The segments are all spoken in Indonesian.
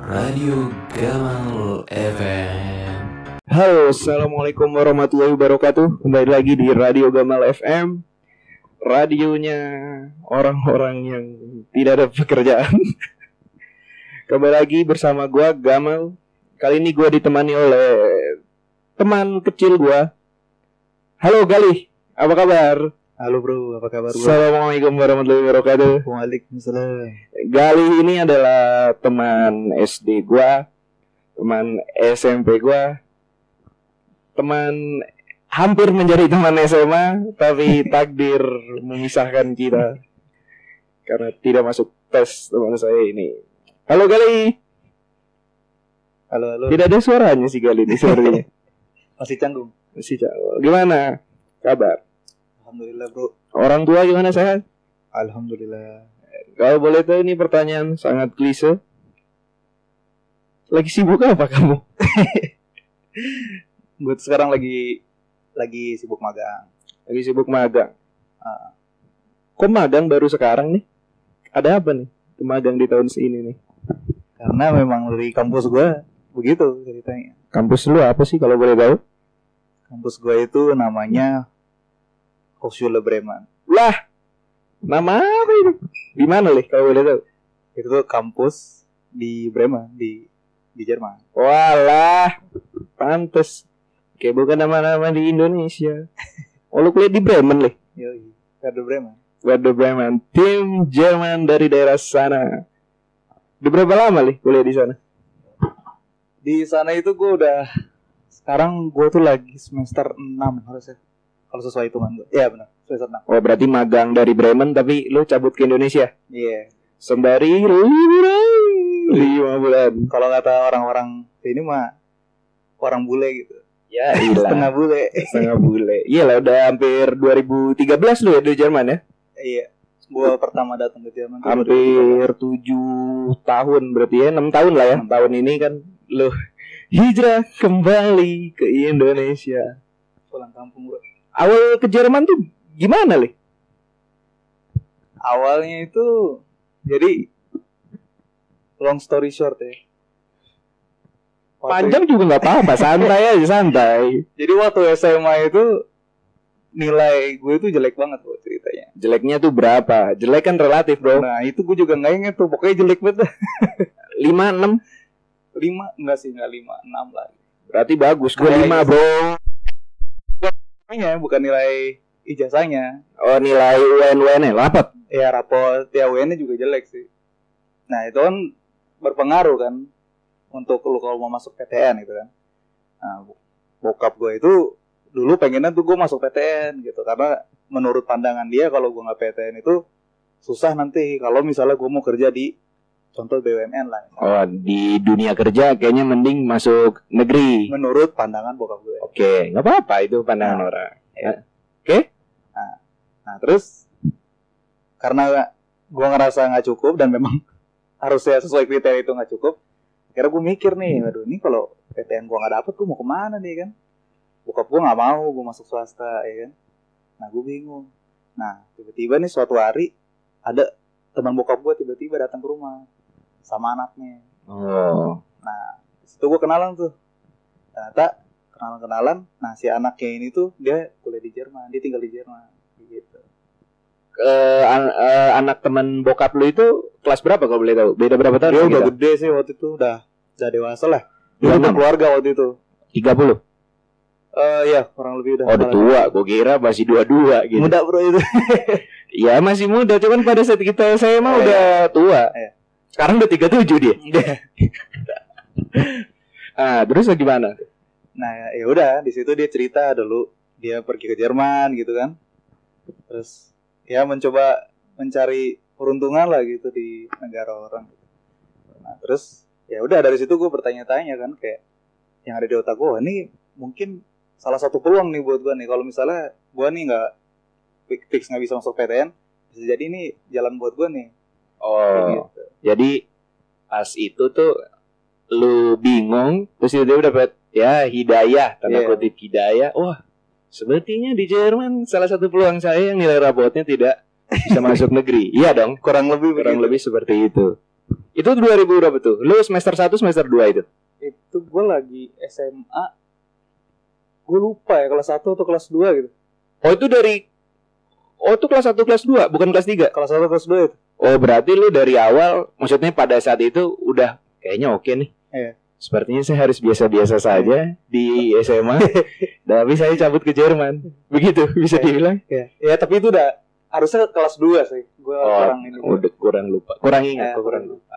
Radio Gamal FM. Halo, assalamualaikum warahmatullahi wabarakatuh. Kembali lagi di Radio Gamal FM, radionya orang-orang yang tidak ada pekerjaan. Kembali lagi bersama gue Gamal. Kali ini gue ditemani oleh teman kecil gue. Halo Galih, apa kabar? Halo bro, apa kabar bro? Assalamualaikum warahmatullahi wabarakatuh. Waalaikumsalam. Galih ini adalah teman SD gua, teman SMP gua, teman hampir menjadi teman SMA, tapi takdir memisahkan kita karena tidak masuk tes teman saya ini. Halo Galih. Halo. Tidak ada suaranya sih Galih ini sepertinya. Masih canggung. Masih jauh. Gimana kabar? Alhamdulillah bro. Orang tua gimana, sehat? Alhamdulillah. Kalau boleh tahu, ini pertanyaan sangat klise. Lagi sibuk apa kamu? Gue sekarang lagi sibuk magang. Lagi sibuk magang. Kok magang baru sekarang nih? Ada apa nih magang di tahun ini nih? Karena memang dari kampus gue begitu ceritanya. Kampus lu apa sih kalau boleh tahu? Kampus gue itu namanya Hochschule Bremen. Lah, nama apa itu? Di mana lih kalau boleh tahu? Itu tuh kampus di Bremen di Jerman. Walah, pantes. Kayak bukan nama-nama di Indonesia. Oh, lu kuliah di Bremen lih? Yoi, Werder Bremen. Werder Bremen, tim Jerman dari daerah sana. Udah berapa lama lih kuliah di sana? Di sana itu sekarang gue tuh lagi semester 6 harusnya. Kalau sesuai hitungan gue. Iya benar, semester 6. Oh, berarti magang dari Bremen tapi lu cabut ke Indonesia? Iya. Sembari liburan 5 bulan. Kalau kata orang-orang sini mah orang bule gitu. Ya iyalah. Setengah bule. Bule. Iyalah udah hampir 2013 lu ya di Jerman ya? Iya. Gua pertama datang ke Jerman hampir 7 tahun berarti ya, 6 tahun lah ya. 6 tahun ini kan lu hijrah kembali ke Indonesia. Pulang kampung bro. Awal ke Jerman tuh gimana lih? Awalnya itu jadi long story short ya. Panjang juga nggak apa-apa, santai aja santai. Jadi waktu SMA itu nilai gue tuh jelek banget bro ceritanya. Jeleknya tuh berapa? Jelek kan relatif bro. Nah itu gue juga nggak inget tuh, pokoknya jelek banget. 5, 6? 5 enggak sih, enggak 5, 6 lah. Berarti bagus, gue 5 bro. Bukan nilai ijazahnya. Oh, nilai UN-nya rapot. Ya rapot, ya UN-nya juga jelek sih. Nah itu kan berpengaruh kan untuk lu kalau mau masuk PTN gitu kan. Nah bokap gue itu dulu pengennya tuh gue masuk PTN gitu, karena menurut pandangan dia kalau gue nggak PTN itu susah nanti kalau misalnya gue mau kerja di contoh BUMN lah. Oh, di dunia kerja kayaknya mending masuk negeri. Menurut pandangan bokap gue. Oke, nggak apa-apa itu pandangan orang. Ya. Oke. Nah terus karena gue ngerasa nggak cukup dan memang harusnya sesuai kriteria itu nggak cukup, akhirnya gue mikir nih, aduh ini kalau PTN gue nggak dapet, gue mau kemana nih kan? Bokap gue nggak mau gue masuk swasta, ya kan? Nah gue bingung. Nah tiba-tiba nih suatu hari ada teman bokap gue tiba-tiba datang ke rumah sama anaknya. Oh. Nah disitu gue kenalan tuh. Ternyata kenalan. Nah si anaknya ini tuh dia kuliah di Jerman, dia tinggal di Jerman, gitu. Anak teman bokap lu itu kelas berapa kalau boleh tahu? Beda berapa tahun? Dia udah gede sih waktu itu, udah dewasa lah. Dia udah keluarga waktu itu. 30? Ya kurang lebih udah. Oh udah tua, gue kira masih 22 gitu. Muda bro itu. Ya masih muda, cuman pada saat saya mah udah tua. Sekarang udah 37 dia. Terus gimana? Nah ya udah, di situ dia cerita dulu dia pergi ke Jerman gitu kan. Terus ya mencoba mencari peruntungan lah gitu di negara orang. Nah terus ya udah dari situ gue bertanya-tanya kan, kayak yang ada di otak gue, ini mungkin salah satu peluang nih buat gue nih, kalau misalnya gue nih nggak fix nggak bisa masuk PTN, bisa jadi ini jalan buat gue nih. Oh gitu. Jadi pas itu tuh lu bingung, terus dia dapat ya hidayah, tanda kutip hidayah. Wah, sepertinya di Jerman salah satu peluang saya yang nilai rapotnya tidak bisa masuk negeri. Iya dong, kurang lebih seperti itu. Itu 2000 berapa tuh? Lu semester 1 semester 2 itu? Itu gue lagi SMA. Gue lupa ya kelas 1 atau kelas 2 gitu. Itu kelas 1 kelas 2 bukan kelas 3. Kelas 1 kelas 2 itu. Oh, berarti lu dari awal maksudnya pada saat itu udah kayaknya oke nih. Iya. Sepertinya saya harus biasa-biasa saja di SMA. Tapi saya cabut ke Jerman. Begitu bisa dibilang. Iya. Ya, tapi itu udah harusnya kelas 2 sih. Gue Udah kurang lupa. Kurang ingat, Ya, kurang lupa.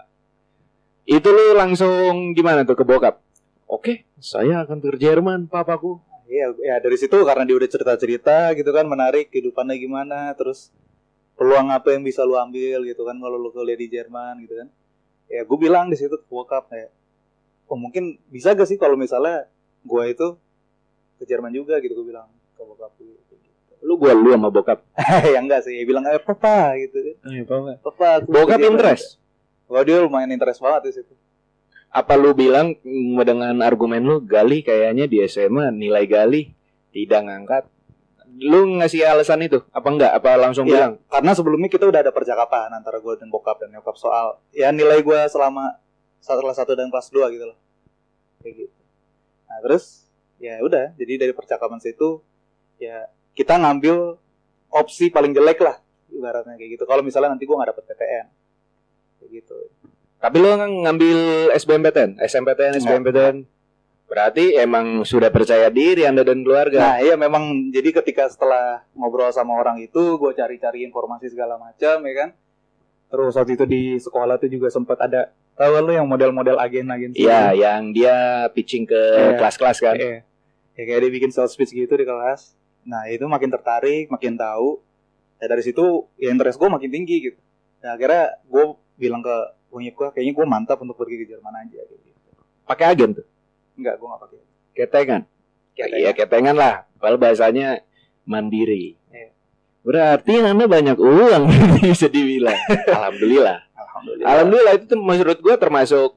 Itu lu langsung gimana tuh ke bokap? Oke, saya akan ke Jerman, papaku. Iya, ya dari situ karena dia udah cerita-cerita gitu kan, menarik kehidupannya gimana, terus peluang apa yang bisa lu ambil gitu kan kalau lu kuliah di Jerman gitu kan. Ya gue bilang di situ ke bokap kayak, oh mungkin bisa gak sih kalau misalnya gue itu ke Jerman juga gitu, gue bilang ke bokap gue gitu. Lu sama bokap. Ya enggak sih, bilang papa gitu kan. Papa, aku Bokap ke Jerman. interest. Wah, dia lumayan interest banget di situ. Apa lu bilang dengan argumen lu, Gali kayaknya di SMA nilai Gali tidak ngangkat? Lu ngasih alasan itu apa enggak? Apa langsung Ya, bilang? karena sebelumnya kita udah ada percakapan antara gue dan bokap dan nyokap soal ya nilai gue selama kelas 1 dan kelas 2 gitu loh. Kayak gitu. Nah, terus ya udah, jadi dari percakapan situ ya kita ngambil opsi paling jelek lah ibaratnya kayak gitu. Kalau misalnya nanti gue nggak dapet PTN kayak gitu. Tapi lu ngambil SBMPTN, SMPTN, SBMPTN. Berarti emang sudah percaya diri Anda dan keluarga. Nah iya, memang jadi ketika setelah ngobrol sama orang itu gue cari-cari informasi segala macam ya kan. Terus waktu itu di sekolah tuh juga sempat ada, tahu kan lu yang model-model agen-agen Iya, yang dia pitching ke kelas-kelas kan. Iya. Ya kayak dia bikin sales pitch gitu di kelas. Nah itu makin tertarik, makin tahu. Ya dari situ ya interest gue makin tinggi gitu. Nah akhirnya gue bilang ke bonyok gue, kayaknya gue mantap untuk pergi ke Jerman aja gitu. Pakai agen tuh? Enggak, gue nggak pakai. Ketengan. Iya, ketengan lah. Kalau bahasanya mandiri. Iya. Berarti Anda banyak uang bisa dibilang. Alhamdulillah. Alhamdulillah itu tuh menurut gue termasuk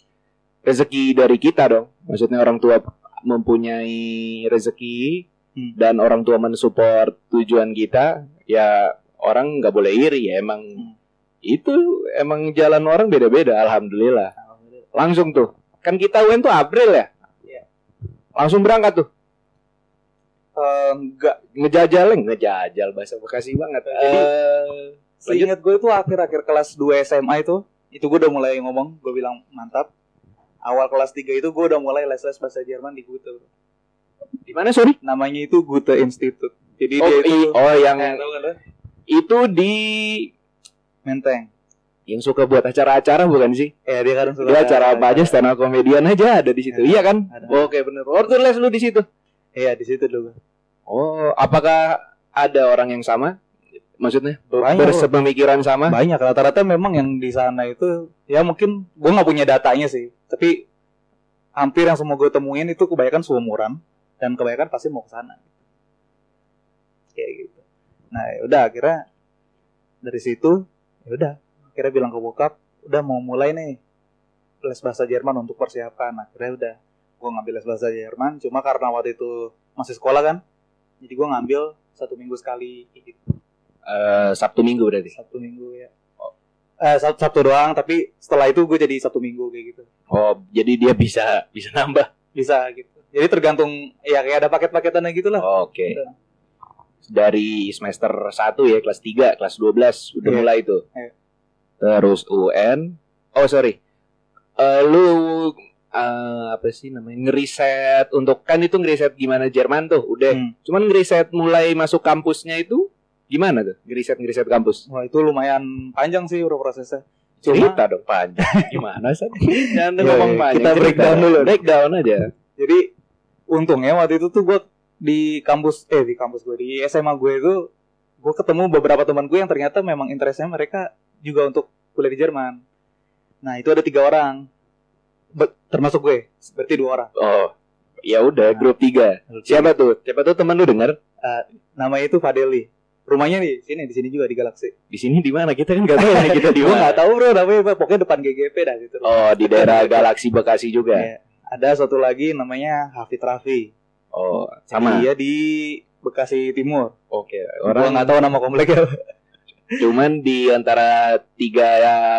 rezeki dari kita dong. Maksudnya orang tua mempunyai rezeki dan orang tua mensupport tujuan kita, ya orang nggak boleh iri ya emang. Itu emang jalan orang beda-beda. Alhamdulillah. Langsung tuh. Kan kita UN tuh April ya? Iya. Langsung berangkat tuh. Enggak. Ngejajal bahasa Bekasi banget. Seingat gue itu akhir-akhir kelas 2 SMA itu gue udah mulai ngomong, gue bilang mantap. Awal kelas 3 itu gue udah mulai les-les bahasa Jerman di Goethe. Di mana sorry? Namanya itu Goethe Institute. Jadi dia itu yang itu di Menteng. Yang suka buat acara-acara bukan sih? Ya dia kan suka. Dia acara apa aja, stand up comedian aja ada di situ. Iya kan? Ada. Oke, bener. Order les lu di situ. Iya, di situ dulu. Oh, apakah ada orang yang sama? Maksudnya Banyak, bersepemikiran sama? Banyak, rata-rata memang yang di sana itu ya mungkin gue nggak punya datanya sih, tapi hampir yang semua gue temuin itu kebanyakan seumuran dan kebanyakan pasti mau ke sana. Kayak gitu. Nah, ya udah akhirnya dari situ ya udah akhirnya bilang ke bokap, udah mau mulai nih les bahasa Jerman untuk persiapan. Akhirnya udah gue ngambil les bahasa Jerman, cuma karena waktu itu masih sekolah kan, jadi gue ngambil 1 minggu sekali gitu. Sabtu Minggu berarti. Sabtu Minggu ya. Sabtu doang, tapi setelah itu gue jadi Sabtu Minggu kayak gitu. Oh, jadi dia bisa nambah. Bisa gitu. Jadi tergantung ya kayak ada paket-paketannya gitu lah. Oke. Dari semester 1 ya, kelas 3, kelas 12 udah mulai itu. Iya. Terus UN. Oh, sorry. Lu apa sih namanya? Ngeriset untuk, kan itu ngeriset gimana Jerman tuh, udah. Cuman ngeriset mulai masuk kampusnya itu gimana tuh? Ngeriset kampus. Wah, itu lumayan panjang sih prosesnya. Cerita dong panjang. Gimana sih? Jangan ngomong panjang. Kita breakdown dulu. Breakdown aja. Jadi untungnya waktu itu tuh gue di kampus gue, di SMA gue itu gue ketemu beberapa teman gue yang ternyata memang interestnya mereka juga untuk kuliah di Jerman. Nah, itu ada 3 orang. Termasuk gue. Berarti 2 orang. Oh. Ya udah, grup 3. Siapa tuh? Siapa tuh teman lu dengar? Namanya itu Fadeli. Rumahnya di sini juga di Galaxy. Di sini di mana? Kita kan enggak tahu nih kita di mana. Gue enggak tahu bro, namanya pokoknya depan GGP dah gitu. Oh, di daerah Galaxy Bekasi juga. Ya. Ada satu lagi namanya Hafid Raffi. Oh, sama. Dia di Bekasi Timur. Oke. Orang nggak tahu nama kompleknya. Cuman di antara 3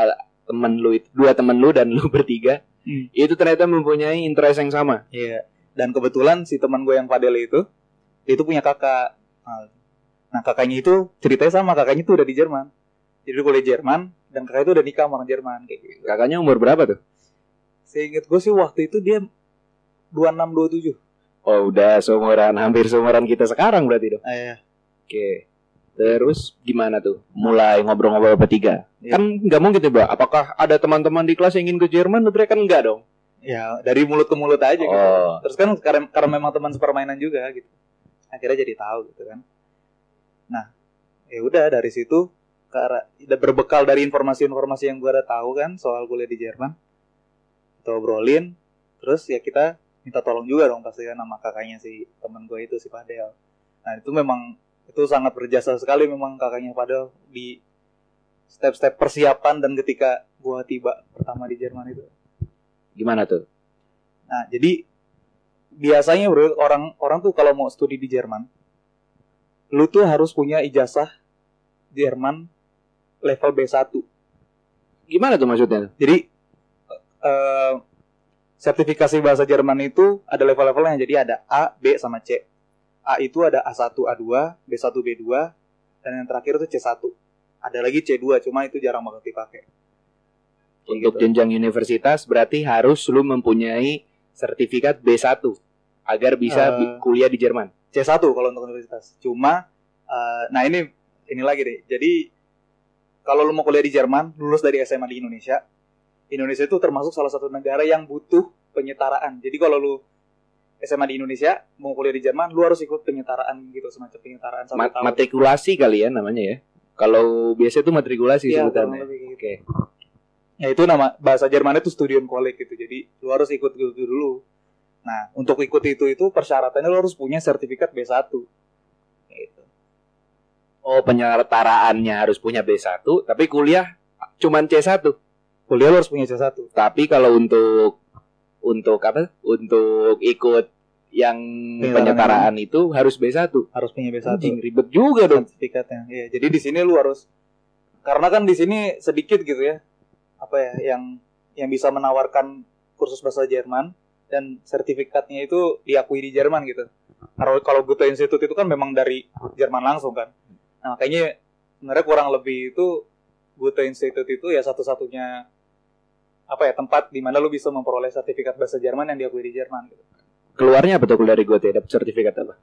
temen lu itu, 2 temen lu dan lu bertiga itu ternyata mempunyai interest yang sama. Iya. Dan kebetulan si teman gue yang Fadel itu punya kakak. Nah kakaknya itu ceritanya sama, kakaknya itu udah di Jerman. Jadi dia kuliah Jerman dan kakaknya itu udah nikah sama orang Jerman kayak gitu. Kakaknya umur berapa tuh? Seinget gue sih waktu itu dia 26-27. Oh udah hampir seumuran kita sekarang berarti dong. Iya. Oke. Terus gimana tuh? Mulai ngobrol-ngobrol bertiga. Iya. Kan nggak mungkin tuh, Mbak. Apakah ada teman-teman di kelas yang ingin ke Jerman? Mereka kan enggak dong. Ya dari mulut ke mulut aja gitu. Oh. Terus kan karena memang teman sepermainan juga gitu. Akhirnya jadi tahu gitu kan. Nah, ya udah dari situ karena berbekal dari informasi-informasi yang gue udah tahu kan soal kuliah di Jerman, kita obrolin, terus ya kita minta tolong juga dong pasti kan sama kakaknya si teman gue itu si Fadel. Nah itu sangat berjasa sekali memang kakaknya Fadel di step-step persiapan dan ketika gue tiba pertama di Jerman itu. Gimana tuh? Nah jadi biasanya bro orang tuh kalau mau studi di Jerman, lu tuh harus punya ijazah Jerman level B1. Gimana tuh maksudnya? Jadi sertifikasi bahasa Jerman itu ada level-levelnya. Jadi ada A, B, sama C. A itu ada A1, A2, B1, B2, dan yang terakhir itu C1. Ada lagi C2, cuma itu jarang banget dipakai. Untuk gitu. jenjang universitas berarti harus lu mempunyai sertifikat B1 agar bisa kuliah di Jerman. C1 kalau untuk universitas. Cuma nah ini lagi deh. Jadi kalau lu mau kuliah di Jerman, lulus dari SMA di Indonesia itu termasuk salah satu negara yang butuh penyetaraan. Jadi kalau lu SMA di Indonesia mau kuliah di Jerman, lu harus ikut penyetaraan gitu, semacam penyetaraan 1 tahun. Matrikulasi kali ya namanya ya. Kalau biasa itu matrikulasi sebutannya. Oke. Ya itu nama bahasa Jerman itu Studienkolleg gitu. Jadi lu harus ikut itu dulu. Nah, untuk ikut itu persyaratannya lu harus punya sertifikat B1. Gitu. Oh, penyetaraan harus punya B1, tapi kuliah cuman C1. Kuliah lu harus punya C1. Tapi kalau untuk apa? Untuk ikut yang penyetaraan itu harus B1. Harus punya B1. Anjing, ribet juga dong sertifikatnya. Iya, jadi di sini lu harus, karena kan di sini sedikit gitu ya. Apa ya yang bisa menawarkan kursus bahasa Jerman dan sertifikatnya itu diakui di Jerman gitu. Kalau Goethe Institute itu kan memang dari Jerman langsung kan. Nah, makanya sebenarnya kurang lebih itu Goethe Institute itu ya satu-satunya tempat di mana lu bisa memperoleh sertifikat bahasa Jerman yang diakui di Jerman gitu. Keluarnya apa tuh kuliah dari Goethe? Dapat sertifikat apa?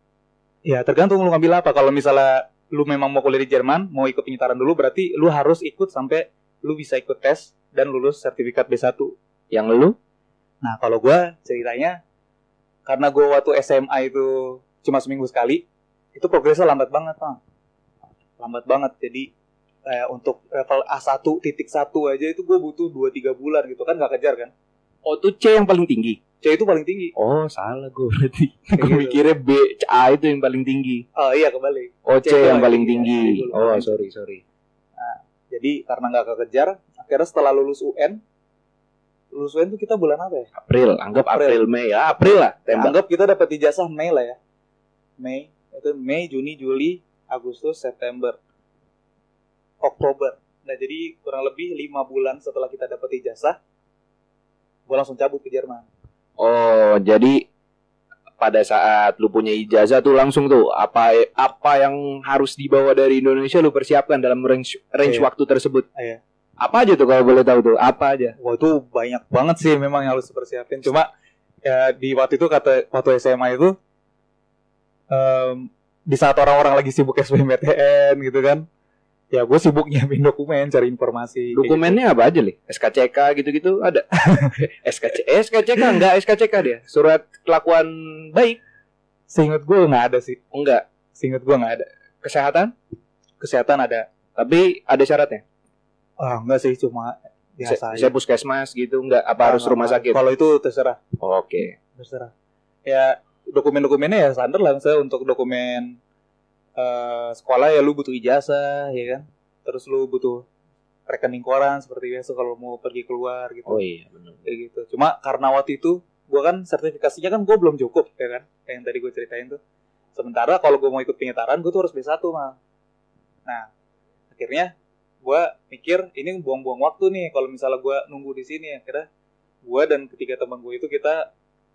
Ya tergantung lu ngambil apa. Kalau misalnya lu memang mau kuliah di Jerman, mau ikut penyetaraan dulu, berarti lu harus ikut sampai lu bisa ikut tes dan lulus sertifikat B1. Yang lu? Nah kalau gue ceritanya, karena gue waktu SMA itu cuma seminggu sekali, itu progresnya lambat banget Bang. Lambat banget. Jadi untuk level A1.1 aja itu gue butuh 2-3 bulan gitu kan, gak kejar kan. Oh itu C yang paling tinggi? C itu paling tinggi. Oh salah gue berarti. Gue gitu. mikirnya A itu yang paling tinggi. Oh iya kebalik. Oh C yang paling tinggi. Oh sorry. Nah, jadi karena gak kekejar, akhirnya setelah lulus UN tuh kita bulan apa ya? April, anggap April Mei ya, April lah. Tembak. Anggap kita dapat ijazah Mei lah ya. Mei, itu Mei, Juni, Juli, Agustus, September, Oktober. Nah jadi kurang lebih 5 bulan setelah kita dapat ijazah, gue langsung cabut ke Jerman. Oh jadi pada saat lu punya ijazah tuh langsung tuh apa yang harus dibawa dari Indonesia lu persiapkan dalam range waktu tersebut. Iya. Apa aja tuh kalau boleh tahu tuh? Apa aja? Wah itu banyak banget sih memang yang harus dipersiapin. Cuma ya di waktu itu waktu SMA itu di saat orang-orang lagi sibuk SBMPTN gitu kan, ya gue sibuk nyiapin dokumen, cari informasi. Dokumennya gitu. Apa aja nih? SKCK gitu-gitu ada? SKCK enggak, SKCK dia. Surat kelakuan baik. Seingat gue nggak ada sih. Enggak. Seingat gue nggak ada. Kesehatan ada. Tapi ada syaratnya? Enggak sih, cuma biasa aja. Saya puskesmas gitu, enggak? Apa harus rumah sakit? Kalau itu terserah. Oke. Terserah. Ya dokumen-dokumennya ya standar lah. Misalnya untuk dokumen sekolah ya lu butuh ijazah, ya kan. Terus lu butuh rekening koran seperti biasa kalau mau pergi keluar gitu. Oh iya benar. Kayak gitu. Cuma karena waktu itu gue kan sertifikasinya kan gue belum cukup, ya kan. Kayak yang tadi gue ceritain tuh. Sementara kalau gue mau ikut penyetaraan gue tuh harus B1 mah. Nah akhirnya gue mikir ini buang-buang waktu nih kalau misalnya gue nunggu di sini. Akhirnya gue dan ketiga teman gue itu kita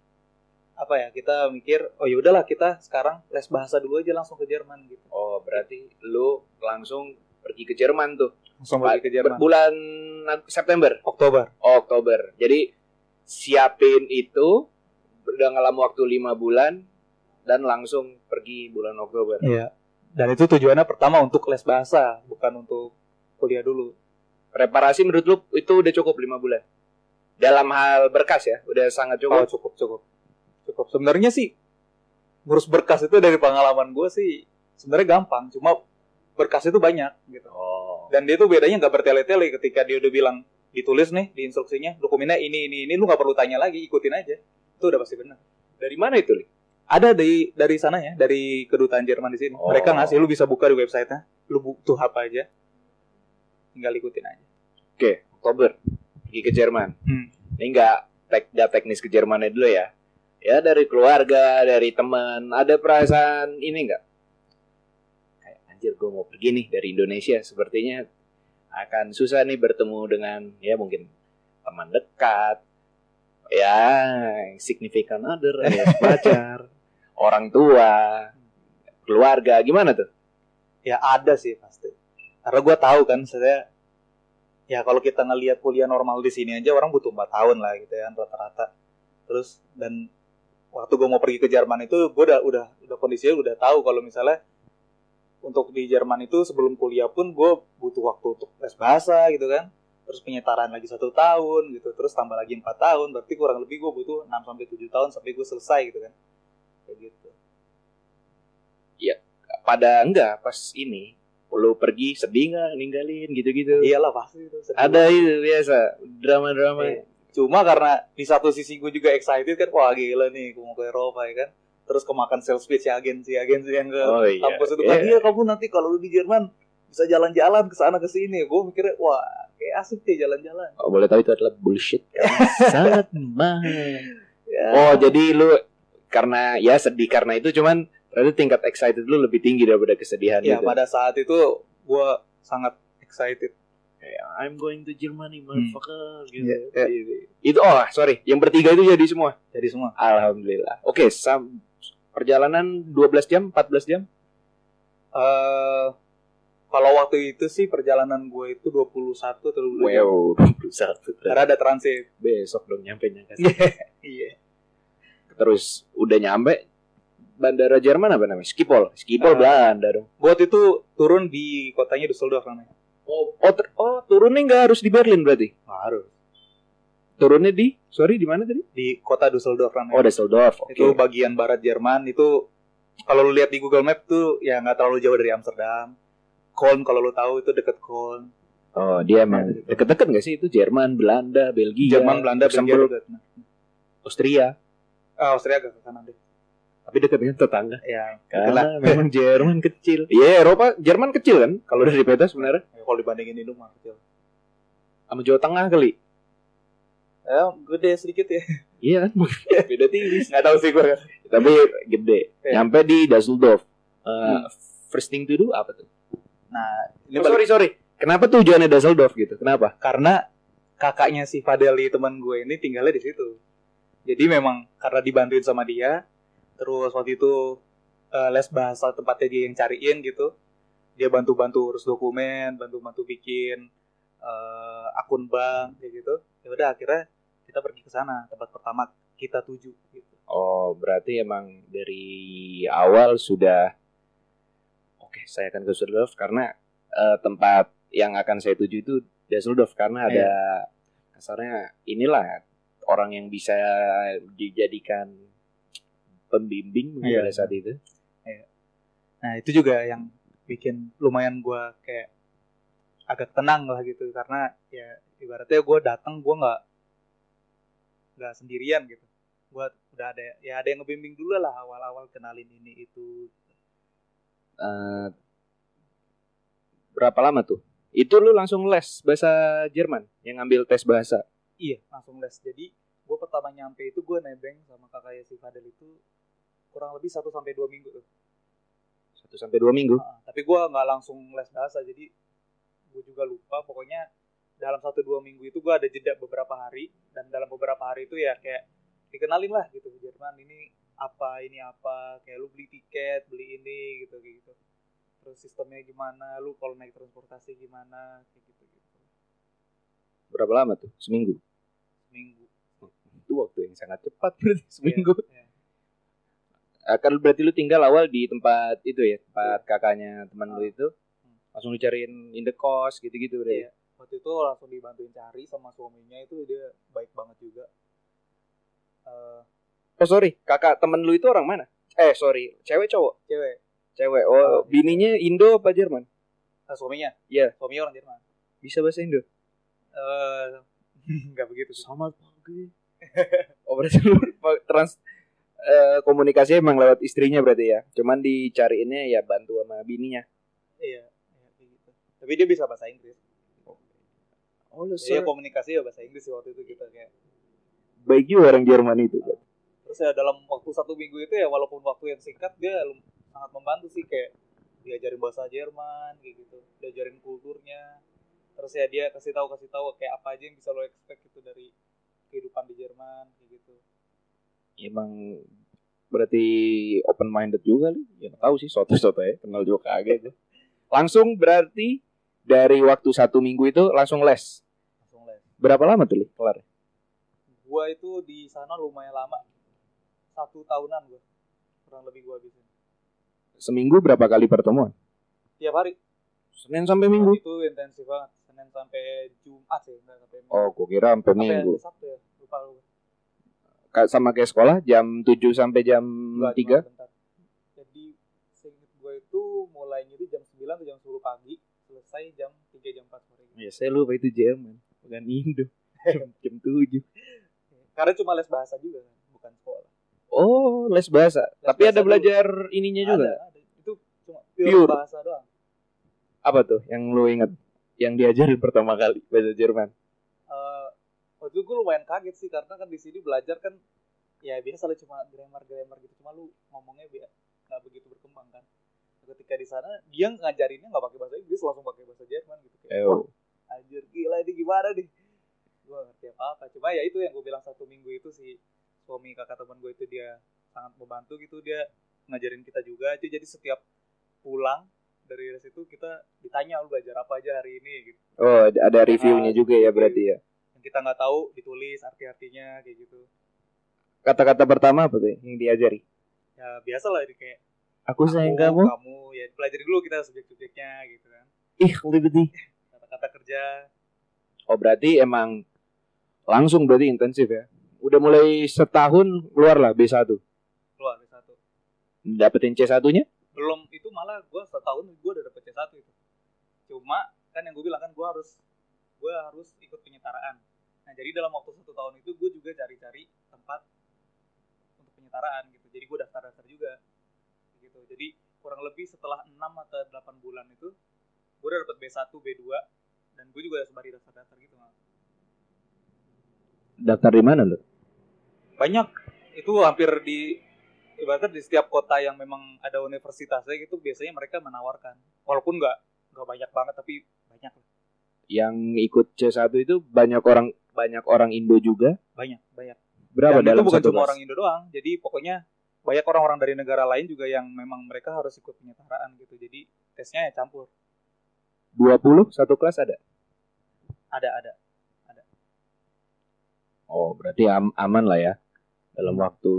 mikir oh ya udahlah kita sekarang les bahasa dulu aja langsung ke Jerman gitu. Oh, berarti lu langsung pergi ke Jerman tuh. Langsung pergi ke Jerman. Bulan September, Oktober. Oh, Oktober. Jadi siapin itu udah ngelam waktu 5 bulan dan langsung pergi bulan Oktober. Iya. Dan itu tujuannya pertama untuk les bahasa, bukan untuk kuliah dulu. Preparasi menurut lu itu udah cukup 5 bulan? Dalam hal berkas ya, udah sangat cukup? Oh, cukup. Sebenarnya sih, ngurus berkas itu dari pengalaman gue sih, sebenarnya gampang. Cuma berkas itu banyak gitu. Oh. Dan dia tuh bedanya nggak bertele-tele ketika dia udah bilang, ditulis nih di instruksinya, dokumennya ini, lu nggak perlu tanya lagi, ikutin aja. Itu udah pasti benar. Dari mana itu, Li? Ada dari sana ya, dari kedutaan Jerman di sini. Oh. Mereka ngasih, lu bisa buka di website-nya. Lu butuh apa aja, tinggal ikutin aja. Oke, Oktober pergi ke Jerman. Ini nggak teknis ke Jermannya dulu ya. Ya dari keluarga, dari teman, ada perasaan ini nggak? Kayak anjir gue mau pergi nih dari Indonesia. Sepertinya akan susah nih bertemu dengan ya mungkin teman dekat, ya significant other, ya pacar, orang tua, keluarga, gimana tuh? Ya ada sih pasti. Karena gue tahu kan, saya ya kalau kita ngelihat kuliah normal di sini aja orang butuh 4 tahun lah gitu ya rata-rata. Terus dan waktu gue mau pergi ke Jerman itu gue udah kondisinya udah tahu kalau misalnya untuk di Jerman itu sebelum kuliah pun gue butuh waktu untuk les bahasa gitu kan. Terus penyetaraan lagi 1 tahun gitu. Terus tambah lagi 4 tahun. Berarti kurang lebih gue butuh 6-7 tahun sampai gue selesai gitu kan. Kayak gitu. Ya, pada enggak pas ini lu pergi sedih nggak ninggalin gitu-gitu? Iyalah pasti itu. Ada itu biasa drama-drama. Cuma karena di satu sisi gue juga excited kan, wah gila nih gue mau ke Eropa ya kan. Terus kemakan sales pitch ya agensi yang ke kampus itu kan, iya kamu nanti kalau lu di Jerman bisa jalan-jalan ke sana ke sini. Gue mikirnya wah kayak asik deh jalan-jalan. Oh, boleh tahu itu adalah bullshit kan? Sangat mahal. Ya. Oh jadi lu karena ya sedih karena itu, cuman ternyata tingkat excited lu lebih tinggi daripada kesedihan ya, gitu. Pada saat itu gue sangat excited. I'm going to Germany, motherfucker. Gitu. Itu sorry, yang bertiga itu jadi semua. Alhamdulillah. Oke, perjalanan 12 jam, 14 jam. Kalau waktu itu sih perjalanan gue itu 21 atau 22 jam. Wow, 21. Karena ada transit. Besok dong nyampe-nya kan. Iya. Terus udah nyampe bandara Jerman apa namanya? Schiphol Belanda dong. Buat itu turun di kotanya Düsseldorf namanya. Turunnya nggak harus di Berlin berarti? Harus. Turunnya di mana tadi? Di kota Düsseldorf namanya. Oh, Düsseldorf. Okay. Itu bagian barat Jerman. Itu kalau lu lihat di Google Map tuh ya nggak terlalu jauh dari Amsterdam. Köln kalau lu tahu itu deket Köln. Oh, dia emang deket-deket nggak sih itu? Jerman, Belanda, Belgia. Belgia deket. Austria. Austria agak ke kanan deh. Tapi dekat dengan tetangga. Ya, karena memang Jerman kecil. Iya, Eropa, Jerman kecil kan? Kalau dari peta sebenarnya. Ya, kalau dibandingin Indo mah kecil. Sama Jawa Tengah kali. Ya, gede sedikit ya. Iya kan? Beda tipis. Nggak tahu sih gue. Tapi gede. Ya. Nyampe di Düsseldorf. First thing to do apa tuh? Nah, ini sorry. Kenapa tujuannya Düsseldorf gitu? Kenapa? Karena kakaknya si Fadeli teman gue ini tinggalnya di situ. Jadi memang karena dibantuin sama dia. Terus waktu itu les bahasa tempatnya dia yang cariin gitu. Dia bantu-bantu urus dokumen, bantu-bantu bikin akun bank kayak gitu. Ya udah akhirnya kita pergi ke sana, tempat pertama kita tuju gitu. Oh, berarti emang dari awal sudah oke, saya akan ke Düsseldorf karena tempat yang akan saya tuju itu Düsseldorf karena ada kasarnya inilah orang yang bisa dijadikan pembimbing pada saat itu. Nah itu juga yang bikin lumayan gue kayak agak tenang lah gitu karena ya ibaratnya gue datang gue nggak sendirian gitu. Gue udah ada yang ngebimbing dulu lah awal-awal kenalin ini itu. Berapa lama tuh? Itu lu langsung les bahasa Jerman yang ngambil tes bahasa? Iya langsung les. Jadi gue pertama nyampe itu gue nebeng sama kakaknya si Fadel itu kurang lebih 1-2 minggu tuh. 1-2 minggu? Tapi gue nggak langsung les bahasa, jadi gue juga lupa. Pokoknya dalam 1-2 minggu itu gue ada jeda beberapa hari, dan dalam beberapa hari itu ya kayak dikenalin lah gitu Jerman ini apa, kayak lu beli tiket, beli ini gitu kayak gitu. Terus sistemnya gimana, lu kalau naik transportasi gimana kayak gitu. Berapa lama tuh? Seminggu. Seminggu. Itu waktu yang sangat cepat berarti, seminggu. Iya. Kan berarti lu tinggal awal di tempat itu ya, tempat kakaknya teman lu itu. Langsung dicariin indekos gitu-gitu udah. Iya. Waktu itu langsung dibantuin cari sama suaminya, itu dia baik banget juga. Oh sorry, kakak temen lu itu orang mana? Sorry, cewek cowok? Cewek. Oh, bininya Indo apa Jerman? Suaminya? Iya. Suaminya orang Jerman. Bisa bahasa Indo? Nggak begitu sih. Sama pagi. Oh berarti lu komunikasinya emang lewat istrinya berarti ya? Cuman dicariinnya ya bantu sama bininya. Iya, kayak gitu. Tapi dia bisa bahasa Inggris. Oh lu Dia komunikasi ya bahasa Inggris sih waktu itu kita kayak. Baik juga orang Jerman itu. Terus ya dalam waktu 1 minggu itu ya, walaupun waktu yang singkat, dia sangat membantu sih, kayak diajarin bahasa Jerman kayak gitu, diajarin kulturnya. Terus ya dia kasih tahu kayak apa aja yang bisa lo expect gitu dari kehidupan di Jerman kayak gitu. Emang berarti open minded juga nih. Ya tahu sih soto-soto ya, kenal juga kagak. Langsung berarti dari waktu 1 minggu itu langsung les. Berapa lama tuh kelar? Gua itu di sana lumayan lama, 1 tahunan gua, kurang lebih gua habisin. Seminggu berapa kali pertemuan? Tiap hari. Senin sampai Minggu? Itu intensif banget. Senin sampai Jumat sih, enggak sampai Minggu. Oh, gua kira sampai Minggu. Sampai Sabtu ya, lupa. Sama kayak sekolah, jam 7 sampai jam 3? Jadi seinget gue itu mulainya itu jam 9 atau jam 10 pagi, selesai jam 3 jam 4 sore. Ya saya lupa itu Jerman, bukan Indo. jam 7. Karena cuma les bahasa juga kan, bukan sekolah. Oh, les bahasa. Tapi bahasa ada belajar ininya juga. Ada. Itu cuma pure bahasa doang. Apa tuh yang lu ingat? Yang diajarin pertama kali bahasa Jerman? Waktu itu gue lumayan kaget sih, karena kan di sini belajar kan ya biasa lah, cuma grammar gitu, cuma lu ngomongnya nggak begitu berkembang kan. Ketika di sana dia ngajarinnya nggak pakai bahasa Inggris, langsung pakai bahasa Jerman gitu kayak. Wah, anjir gila ini gimana nih? Gue ngerti apa. Cuma ya itu yang gue bilang, 1 minggu itu si suami kakak teman gue itu dia sangat membantu gitu, dia ngajarin kita juga. Jadi setiap pulang dari situ kita ditanya lu belajar apa aja hari ini gitu. Oh, ada reviewnya juga ya berarti ya. Yang kita nggak tahu ditulis arti-artinya kayak gitu. Kata-kata pertama apa tuh yang diajari? Ya biasa lah, kayak aku sayang kamu ya pelajari dulu kita subjek-subjeknya gitu kan. Berarti kata-kata kerja. Oh berarti emang langsung berarti intensif ya. Udah mulai setahun keluar lah B1. Keluar B1. Dapetin C1-nya? Belum, itu malah gue setahun gue udah dapet C1 itu. Cuma kan yang gue bilang kan gue harus ikut penyetaraan. Nah jadi dalam waktu 1 tahun itu gue juga cari-cari tempat untuk penyetaraan gitu. Jadi gue daftar juga gitu. Jadi kurang lebih setelah 6 atau 8 bulan itu gue udah dapet B1, B2, dan gue juga sembari daftar gitu. Daftar di mana lo? Banyak. Itu hampir ibaratnya di setiap kota yang memang ada universitasnya gitu, biasanya mereka menawarkan. Walaupun nggak banyak banget, tapi banyak lah. Yang ikut C1 itu banyak orang Indo juga? Banyak. Berapa dan dalam itu bukan satu cuma kelas? Orang Indo doang. Jadi pokoknya banyak orang-orang dari negara lain juga yang memang mereka harus ikut penyetaraan gitu. Jadi tesnya ya campur. 20 satu kelas ada? Ada. Oh, berarti aman lah ya. Dalam waktu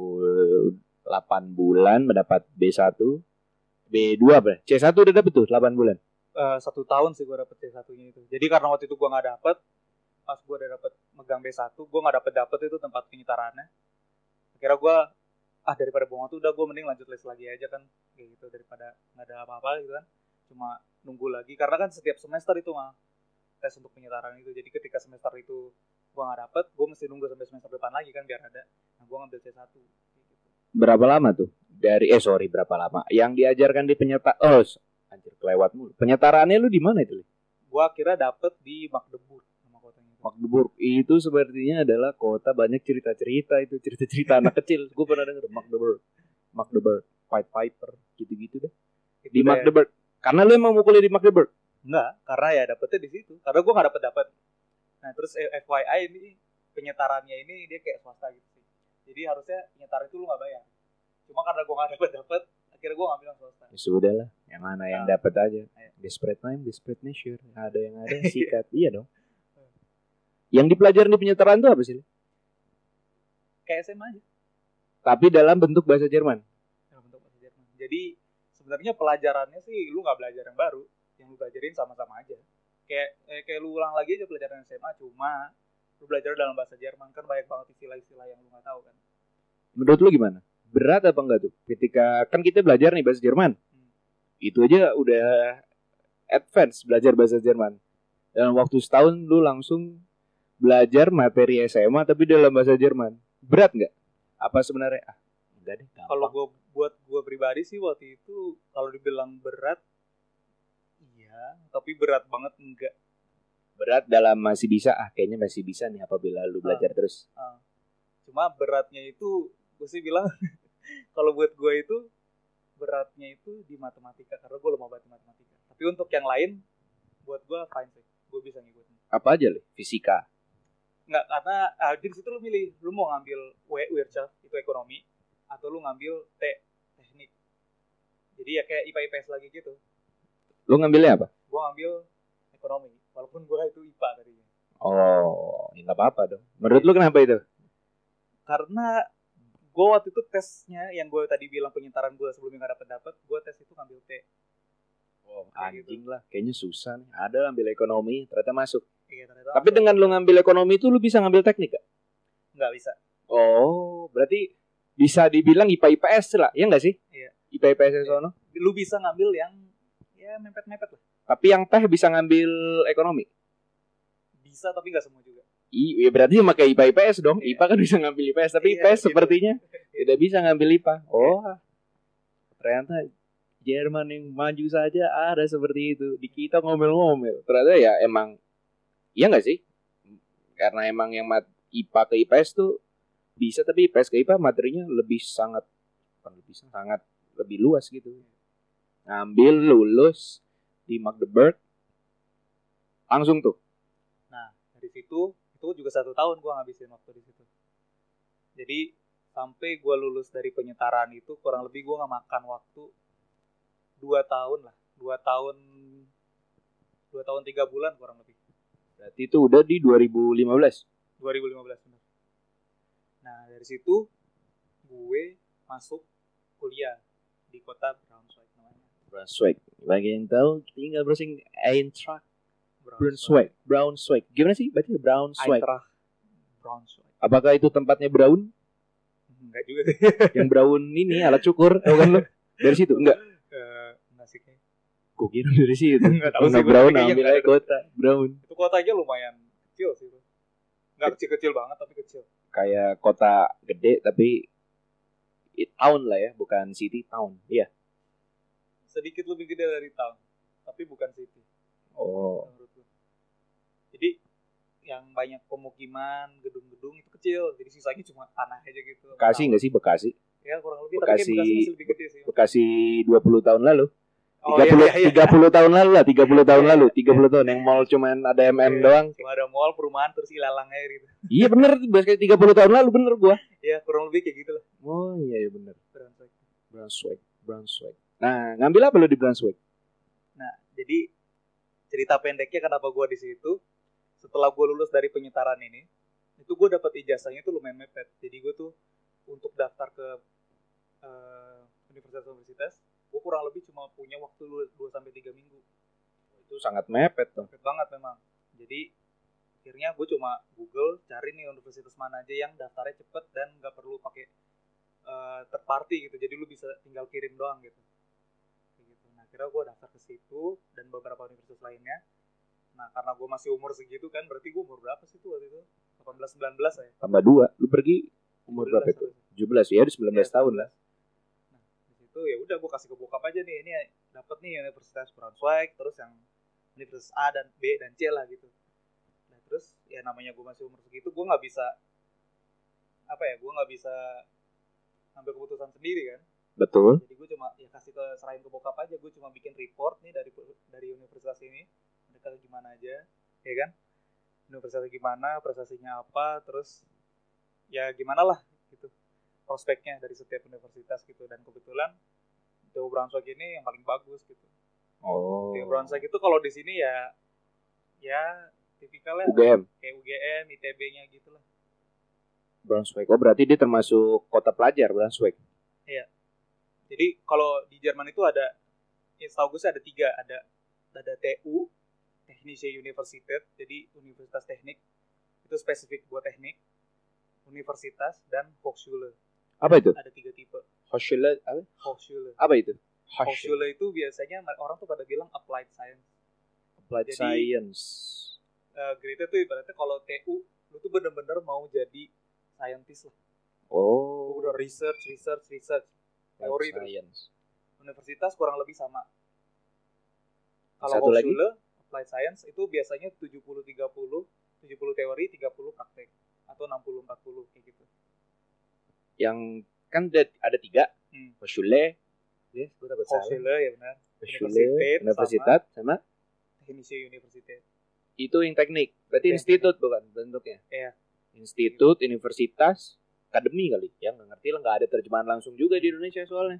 8 bulan mendapat B1, B2 berarti. C1 udah dapet tuh 8 bulan. 1 tahun sih gue dapet C1-nya itu. Jadi karena waktu itu gue nggak dapet, pas gue udah dapet megang B1, gue nggak dapet itu tempat penyetaraannya. Akhirnya gue daripada bohong tuh udah gue mending lanjut les lagi aja kan, kayak gitu, daripada nggak ada apa-apa gitu kan. Cuma nunggu lagi, karena kan setiap semester itu mah tes untuk penyetaraan itu. Jadi ketika semester itu gue nggak dapet, gue mesti nunggu sampai semester depan lagi kan biar ada. Nah gue ngambil C1 gitu. Berapa lama tuh? Berapa lama? Yang diajarkan di anjir kelewat mulu. Penyetaraannya lu di mana itu? Gue kira dapet di Magdeburg, nama kotanya itu. Magdeburg itu sepertinya adalah kota banyak cerita-cerita itu, cerita-cerita anak kecil. Gue pernah denger Magdeburg, Pied Piper, gitu-gitu deh. Di Magdeburg. Karena lu emang mau kuliah di Magdeburg? Enggak, karena ya dapetnya di situ. Karena gue nggak dapet. Nah terus FYI ini penyetarannya ini dia kayak swasta gitu sih. Jadi harusnya penyetar itu lu nggak bayar. Cuma karena gue nggak dapet, akhirnya gue ngambil yang swasta. Ya sudah lah, yang mana yang dapat aja. Desperate time, desperate measure. Ada yang ada sikat. Iya dong. Yang dipelajari di penyetaraan itu apa sih? Kayak SMA aja. Tapi dalam bentuk bahasa Jerman. Dalam bentuk bahasa Jerman. Jadi sebenarnya pelajarannya sih lu nggak belajar yang baru, yang lu belajarin sama-sama aja. Kayak lu ulang lagi aja pelajaran SMA, cuma lu belajar dalam bahasa Jerman, kan banyak banget istilah-istilah yang lu nggak tahu kan. Menurut lu gimana? Berat apa enggak tuh? Ketika kan kita belajar nih bahasa Jerman, itu aja udah advance belajar bahasa Jerman. Dalam waktu setahun lu langsung belajar materi SMA tapi dalam bahasa Jerman. Berat nggak? Apa sebenarnya? Enggak deh. Kalau buat gue pribadi sih waktu itu kalau dibilang berat, iya, tapi berat banget enggak. Berat dalam masih bisa, kayaknya masih bisa nih apabila lu belajar terus. Cuma beratnya itu, gue sih bilang, kalau buat gue itu, beratnya itu di matematika, karena gue lemah banget matematika. Tapi untuk yang lain, buat gue fine sih, gue bisa ngikutin. Apa aja Le? Fisika? Enggak, karena di situ lu milih, lu mau ngambil Wirtschaft, itu ekonomi, atau lu ngambil teknik. Jadi ya kayak IPA IPS lagi gitu. Lu ngambilnya apa? Gue ngambil ekonomi, walaupun gue itu IPA tadinya. Oh, ya nggak apa-apa dong. Menurut lu kenapa itu? Karena gue waktu itu tesnya yang gue tadi bilang penyentaran gue sebelumnya nggak dapet, gue tes itu ngambil T. Oh, anjing lah, kayaknya susah nih. Ada ambil ekonomi, ternyata masuk. Iya, ternyata tapi dengan lu ngambil ekonomi itu lu bisa ngambil teknik gak? Nggak bisa. Oh, berarti bisa dibilang IPA IPS lah, ya nggak sih? Iya. IPA IPS sono. Lu bisa ngambil yang ya mepet-mepet lah. Tapi yang teh bisa ngambil ekonomi? Bisa, tapi nggak semua juga. Iya, berarti pakai IPA IPS dong. Iya. IPA kan bisa ngambil IPS, tapi iya, IPS gitu. Sepertinya tidak bisa ngambil IPA. Oh, ternyata Jerman yang maju saja ada seperti itu. Di kita ngomel-ngomel. Ternyata ya emang, iya nggak sih? Karena emang yang IPA ke IPS tuh bisa, tapi IPS ke IPA materinya lebih sangat lebih luas gitu. Ngambil lulus di Magdeburg langsung tuh. Nah dari situ itu juga 1 tahun gue ngabisin waktu di situ. Jadi sampai gue lulus dari penyetaraan itu kurang lebih gue nggak makan waktu 2 tahun lah, 2 tahun 3 bulan kurang lebih. Berarti itu udah di 2015 benar. Nah dari situ gue masuk kuliah di kota Braunschweig namanya. Braunschweig. Bagi yang tahu tinggal browsing Eintracht Braunschweig. Gimana sih baca Braunschweig? Eintracht Braunschweig. Apakah itu tempatnya Braun? Enggak juga sih. Yang Braun ini alat cukur, tahu kan lo? Dari situ enggak? Enggak sih kayaknya. Gue kira dari situ. Enggak tahu sih. Braun ambil aja kota Braun. Itu kotanya lumayan kecil sih. Enggak kecil-kecil banget tapi kecil. Kayak kota gede tapi town lah ya, bukan city, town. Iya. Sedikit lebih gede dari town, tapi bukan city. Oh. Jadi yang banyak pemukiman, gedung-gedung itu kecil, jadi sisanya cuma tanah aja gitu. Bekasi nggak sih Bekasi? Ya kurang lebih. Bekasi, tapi Bekasi masih lebih gede sih. Bekasi 20 tahun lalu. Oh, 30 tahun lalu lah, 30 tahun lalu, 30 tahun yang mall cuman ada doang. Cuma ada mall, perumahan terus ilalang aja gitu. Iya bener, Bekasi 30 tahun lalu bener gua. Iya, kurang lebih kayak gitu lah. Oh iya bener. Braunschweig. Nah, ngambil apa lo di Braunschweig? Nah, jadi cerita pendeknya kenapa gua di situ. Setelah gue lulus dari penyetaran ini, itu gue dapat ijazahnya itu lumayan mepet. Jadi gue tuh untuk daftar ke universitas, gue kurang lebih cuma punya waktu 2-3 minggu. Itu sangat mepet tuh. Mepet banget memang. Jadi akhirnya gue cuma Google cari nih universitas mana aja yang daftarnya cepet dan nggak perlu pakai third party gitu. Jadi lu bisa tinggal kirim doang gitu. Nah akhirnya gue daftar ke situ dan beberapa universitas lainnya. Nah karena gue masih umur segitu kan, berarti gue umur berapa sih tuh waktu itu? 18-19 ya? Tambah 2, lu pergi umur berapa itu? 17 ya, udah 19 ya, tahun lah. Nah di situ ya udah gue kasih ke bokap aja nih, ini dapat nih Universitas Braunschweig, terus yang Universitas A dan B dan C lah gitu. Nah terus ya namanya gue masih umur segitu, gue nggak bisa ngambil keputusan sendiri kan. Betul. Jadi gue cuma ya serahin ke bokap aja, gue cuma bikin report nih dari universitas ini, mereka gimana aja, ya kan? Universitas gimana, prestasinya apa, terus ya gimana lah gitu prospeknya dari setiap universitas gitu. Dan kebetulan TU Braunschweig ini yang paling bagus gitu. Oh. TU Braunschweig itu kalau di sini ya tipikalnya UGM. kayak UGM, ITB-nya gitu lah. Braunschweig. Oh berarti dia termasuk kota pelajar Braunschweig. Iya. Jadi kalau di Jerman itu ada, ya setahu gue sih ada 3, ada TU, Technische Universität, jadi Universitas Teknik, itu spesifik buat teknik, Universitas, dan Hochschule. Apa itu? Ada 3 tipe. Hochschule apa? Hochschule. Apa itu? Hochschule itu biasanya orang tuh pada bilang applied science. Applied Jadi, science. Grade tuh ibaratnya kalau TU, lu tuh bener-bener mau jadi scientist lah. Oh. Lu udah research, teori terus. Universitas kurang lebih sama. Kalau Satu lagi? Hochschule, applied science itu biasanya 70-30, 70 teori, 30 praktek. Atau 60-40 kayak gitu. Yang kan ada 3. Hochschule. Yes, gue takut salah. Hochschule ya benar. Hochschule, Universitas sama Technische Universität. itu yang teknik. Berarti Ya. institut bukan bentuknya? Iya. Institut, universitas, akademi kali. Ya nggak ngerti lah, nggak ada terjemahan langsung juga di Indonesia soalnya.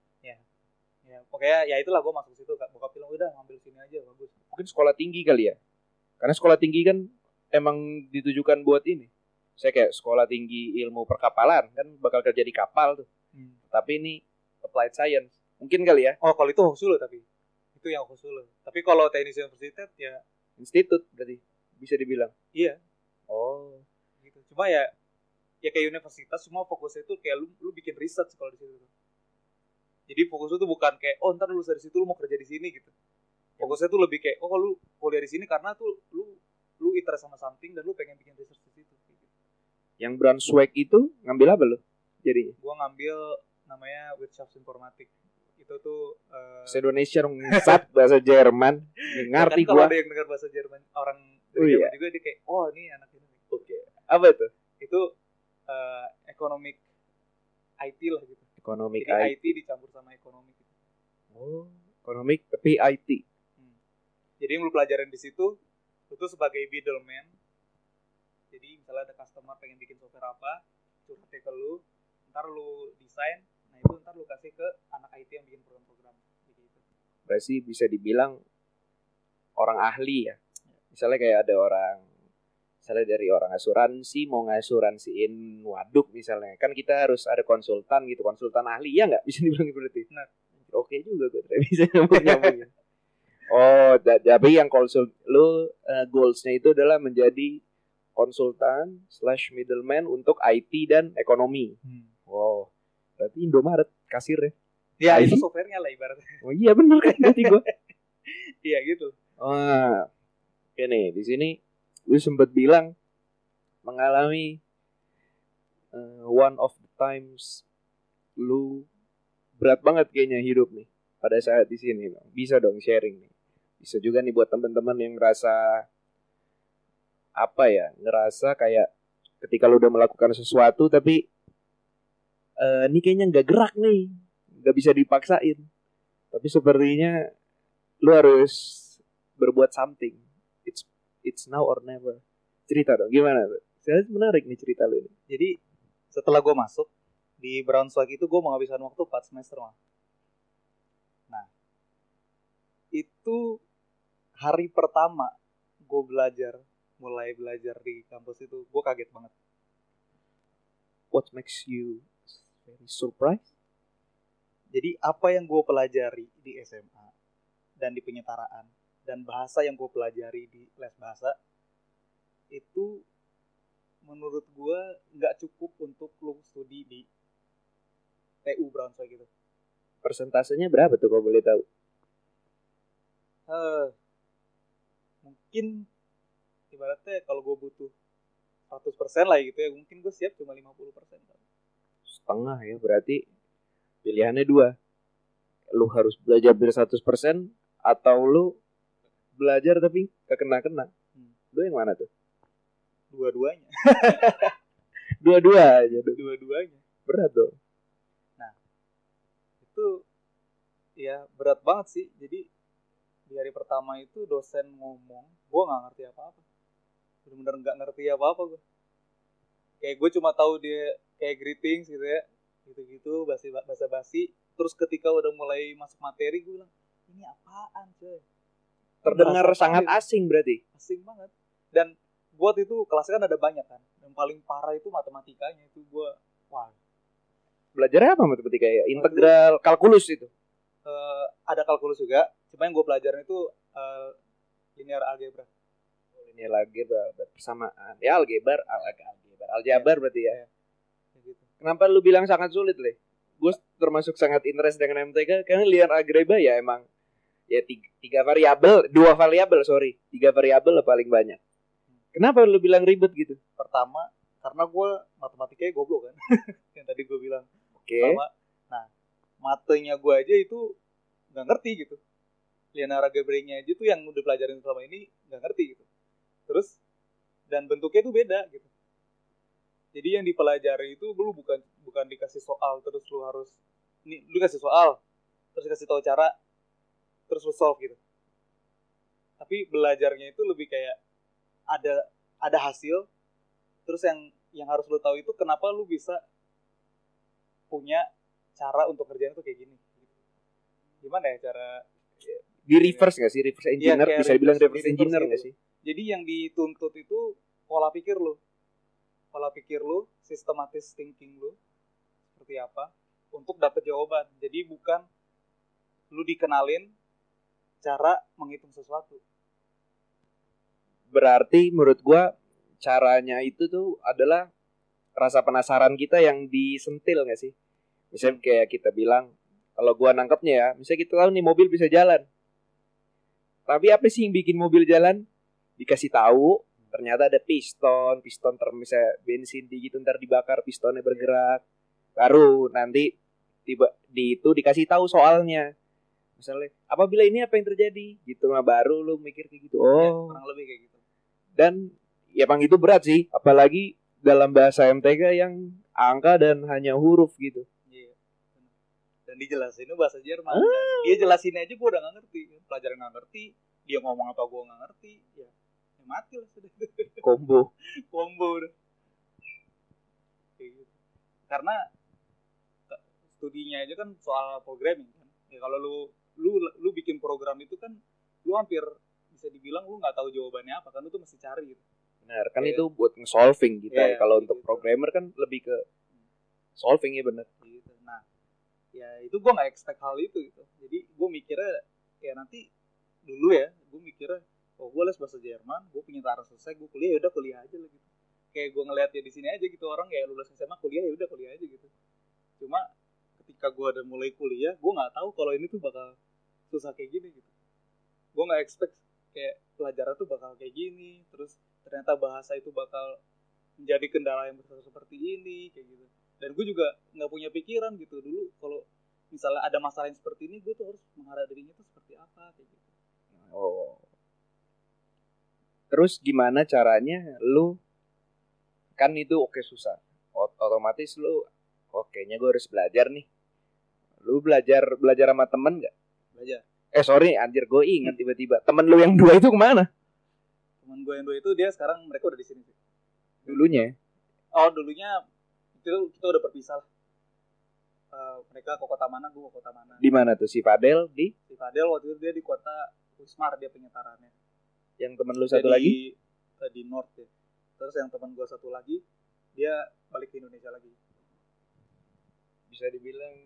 Ya, pokoknya ya itulah gue masuk situ. Bokap bilang udah ngambil sini aja bagus. Mungkin sekolah tinggi kali ya. Karena sekolah tinggi kan emang ditujukan buat ini. Saya kayak sekolah tinggi ilmu perkapalan kan bakal kerja di kapal tuh. Tapi ini applied science. Mungkin kali ya. Oh, kalau itu Hochschule tapi. Itu yang Hochschule. Tapi kalau Technische Universität ya Institut berarti bisa dibilang. iya Oh. gitu. Cuma ya kayak universitas semua fokusnya itu kayak lu bikin research kalau di situ. Jadi fokusnya tuh bukan kayak ntar lu dari situ lu mau kerja di sini gitu. Fokusnya tuh lebih kayak lu kuliah di sini karena tuh lu interest sama something dan lu pengen bikin research di situ gitu. Yang Braunschweig itu ngambil apa lo? Jadinya Gua ngambil namanya Wirtschaftsinformatik. Itu tuh bahasa Indonesia dong, sat bahasa Jerman. Ngerti kan kalau gua. ada yang dengar bahasa Jerman, orang Oh, dari iya. Jerman juga dia kayak ini anak ini. Oke. Apa itu? Itu economic IT lah gitu. Economic Jadi IT. IT dicampur sama ekonomi gitu. Oh, economic tapi IT. Jadi yang lu pelajarin di situ itu sebagai middleman. Jadi misalnya ada customer pengen bikin software apa, curhatnya ke lu, ntar lu desain, nah itu ntar lu kasih ke anak IT yang bikin program-program gitu. Berarti bisa dibilang orang ahli ya. Misalnya kayak ada orang, misalnya dari orang asuransi mau ngasuransiin waduk misalnya, kan kita harus ada konsultan gitu, konsultan ahli ya nggak, bisa dibilang berarti. Nah. Oke juga gue bisa nyambung. Oh, tapi yang konsul lu goalsnya itu adalah menjadi konsultan / middleman untuk IT dan ekonomi. Wow, berarti Indomaret kasir ya? Ya IT? itu softwarenya lah ibaratnya. Oh iya bener kan berarti gue. Iya gitu. Wah, oke nih di sini lu sempat bilang mengalami one of the times lu berat banget kayaknya hidup nih pada saat di sini. Bisa dong sharing nih. Bisa juga nih buat teman-teman yang ngerasa ngerasa kayak ketika lu udah melakukan sesuatu tapi ini kayaknya nggak gerak nih, nggak bisa dipaksain. Tapi sepertinya lu harus berbuat something. It's now or never. Cerita dong, gimana tuh? Saya menarik nih cerita lu ini. Jadi setelah gue masuk di Braunschweig itu gue menghabiskan waktu 4 semester mah. Nah, itu hari pertama gue mulai belajar di kampus itu, gue kaget banget. What makes you very surprised? Jadi apa yang gue pelajari di SMA dan di penyetaraan dan bahasa yang gue pelajari di les bahasa itu menurut gue nggak cukup untuk lu studi di TU Braunschweig gitu. Persentasenya berapa tuh kalau boleh tahu? Mungkin ibaratnya kalau gue butuh 100% lah gitu ya, mungkin gue siap cuma 50%. Setengah ya, berarti pilihannya 2. Lu harus belajar biar 100% atau lu belajar tapi gak kena-kena. Lu yang mana tuh? Dua-duanya. Dua-dua aja. Dua-duanya. Berat dong. Nah, ya berat banget sih. Jadi di hari pertama itu dosen ngomong, gue nggak ngerti apa-apa, bener-bener nggak ngerti apa-apa gue. Kayak gue cuma tahu dia kayak greetings gitu ya, gitu-gitu basa-basi. Terus ketika udah mulai masuk materi gue bilang, ini apaan coy? Terdengar Bahasa sangat apaan ini? asing berarti. Asing banget. Dan buat itu kelasnya kan ada banyak kan. Yang paling parah itu matematikanya itu gue, wah. Belajarnya apa matematika ya? Integral, kalkulus itu. Ada kalkulus juga. Cuma yang gue pelajarin itu linear algebra. Linear algebra, persamaan. Ya aljabar berarti ya. Gitu. Kenapa lu bilang sangat sulit, Le? Gue termasuk sangat interest dengan MTK karena linear algebra ya emang ya tiga variabel paling banyak. Kenapa lu bilang ribet gitu? Pertama, karena gue matematikanya goblok kan. Yang tadi gue bilang. Oke. Nah, matenya gue aja itu nggak ngerti gitu. Linear algebra-nya aja tuh yang udah pelajarin selama ini nggak ngerti gitu. Terus, dan bentuknya tuh beda gitu. Jadi yang dipelajari itu lu bukan dikasih soal terus lu harus lu dikasih soal terus dikasih tahu cara terus lu solve gitu. Tapi belajarnya itu lebih kayak ada hasil terus yang harus lu tahu itu kenapa lu bisa punya cara untuk kerjaan itu kayak gini. Gimana ya cara di reverse nggak sih? Reverse engineer ya, bisa dibilang reverse engineer nggak sih? Jadi yang dituntut itu pola pikir lu, systematic thinking lu seperti apa untuk dapet jawaban. Jadi bukan lu dikenalin cara menghitung sesuatu. Berarti menurut gua caranya itu tuh adalah rasa penasaran kita yang disentil nggak sih? Misalnya kayak kita bilang, kalau gua nangkepnya ya, misalnya kita tahu nih mobil bisa jalan. Tapi apa sih yang bikin mobil jalan? Dikasih tahu, ternyata ada piston misalnya bensin gitu ntar dibakar pistonnya bergerak. Baru nanti itu dikasih tahu soalnya. Misalnya, apabila ini apa yang terjadi? Gitu nah baru lu mikir kayak gitu. Oh, ya, kurang lebih kayak gitu. Dan ya emang itu berat sih, apalagi dalam bahasa MTK yang angka dan hanya huruf gitu. Iya. Dan dijelasinnya bahasa Jerman. Dia jelasin aja gue udah nggak ngerti, pelajaran nggak ngerti, dia ngomong apa gue nggak ngerti, ya mati lah sudah. Combo udah. Kayak gitu. Karena studinya aja kan soal programming kan. Ya kalau lu bikin program itu kan lu hampir bisa dibilang lu nggak tahu jawabannya apa kan, lu tuh mesti cari gitu. Benar, kan itu buat nge-solving kita. Yeah, kalau gitu. Untuk programmer kan lebih ke solving ya benar. Gitu. Nah, ya itu gue nggak expect hal itu gitu. Jadi gue mikirnya ya nanti dulu ya, gue mikirnya oh gue les bahasa Jerman, gue punya taraf selesai, gue kuliah ya udah kuliah aja lah gitu. Kayak gue ngeliat ya di sini aja gitu, orang kayak lulus SMA kuliah ya udah kuliah aja gitu. Cuma ketika gue udah mulai kuliah, gue nggak tahu kalau ini tuh bakal susah kayak gini gitu. Gue nggak expect kayak pelajaran tuh bakal kayak gini, terus ternyata bahasa itu bakal menjadi kendala yang besar seperti ini kayak gitu. Dan gue juga nggak punya pikiran gitu dulu kalau misalnya ada masalah yang seperti ini, gue tuh harus menghadapinya tuh seperti apa kayak gitu. Oh. Terus gimana caranya lu, kan itu oke susah, otomatis lu kayaknya gue harus belajar nih. Lu belajar sama temen nggak? Belajar. Sorry anjir, gue ingat tiba-tiba temen lu yang dua itu kemana? Temen gue yang dua itu dia sekarang mereka udah di sini sih. Dulunya itu kita udah berpisah. Mereka ke kota mana, gue ke kota mana. Di mana tuh si Fadel? Si Fadel waktu itu dia di kota Wismar, dia penyetarannya. Yang temen lu satu lagi di North ya. Terus yang teman gue satu lagi dia balik ke Indonesia lagi. Bisa dibilang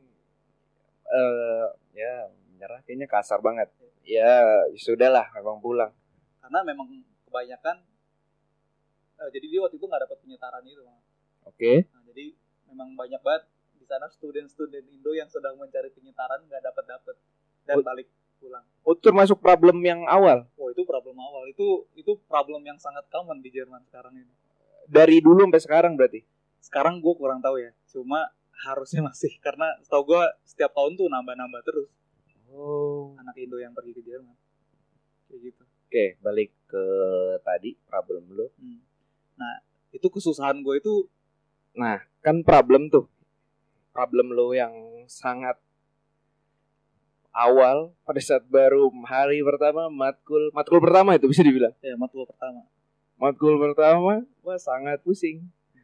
ya menyerah kayaknya kasar banget. Ya sudahlah, memang pulang. Karena memang kebanyakan jadi dia waktu itu nggak dapat penyetaran itu. Oke. Nah, jadi memang banyak banget di sana student Indo yang sedang mencari penyetaran nggak dapat dan balik pulang. Oh, termasuk problem yang awal. Oh, itu problem awal. Itu problem yang sangat common di Jerman sekarang ini. Dari dulu sampai sekarang berarti? Sekarang gue kurang tahu ya. Cuma harusnya masih, karena setahu gue setiap tahun tuh nambah terus. Oh. Anak Indo yang pergi ke Jerman. Kayak gitu. Oke, balik ke tadi problem lu. Nah, itu kesusahan gue itu. Nah, kan problem lu yang sangat awal pada saat baru hari pertama matkul pertama itu bisa dibilang. Ya, matkul pertama. Matkul pertama, wah sangat pusing.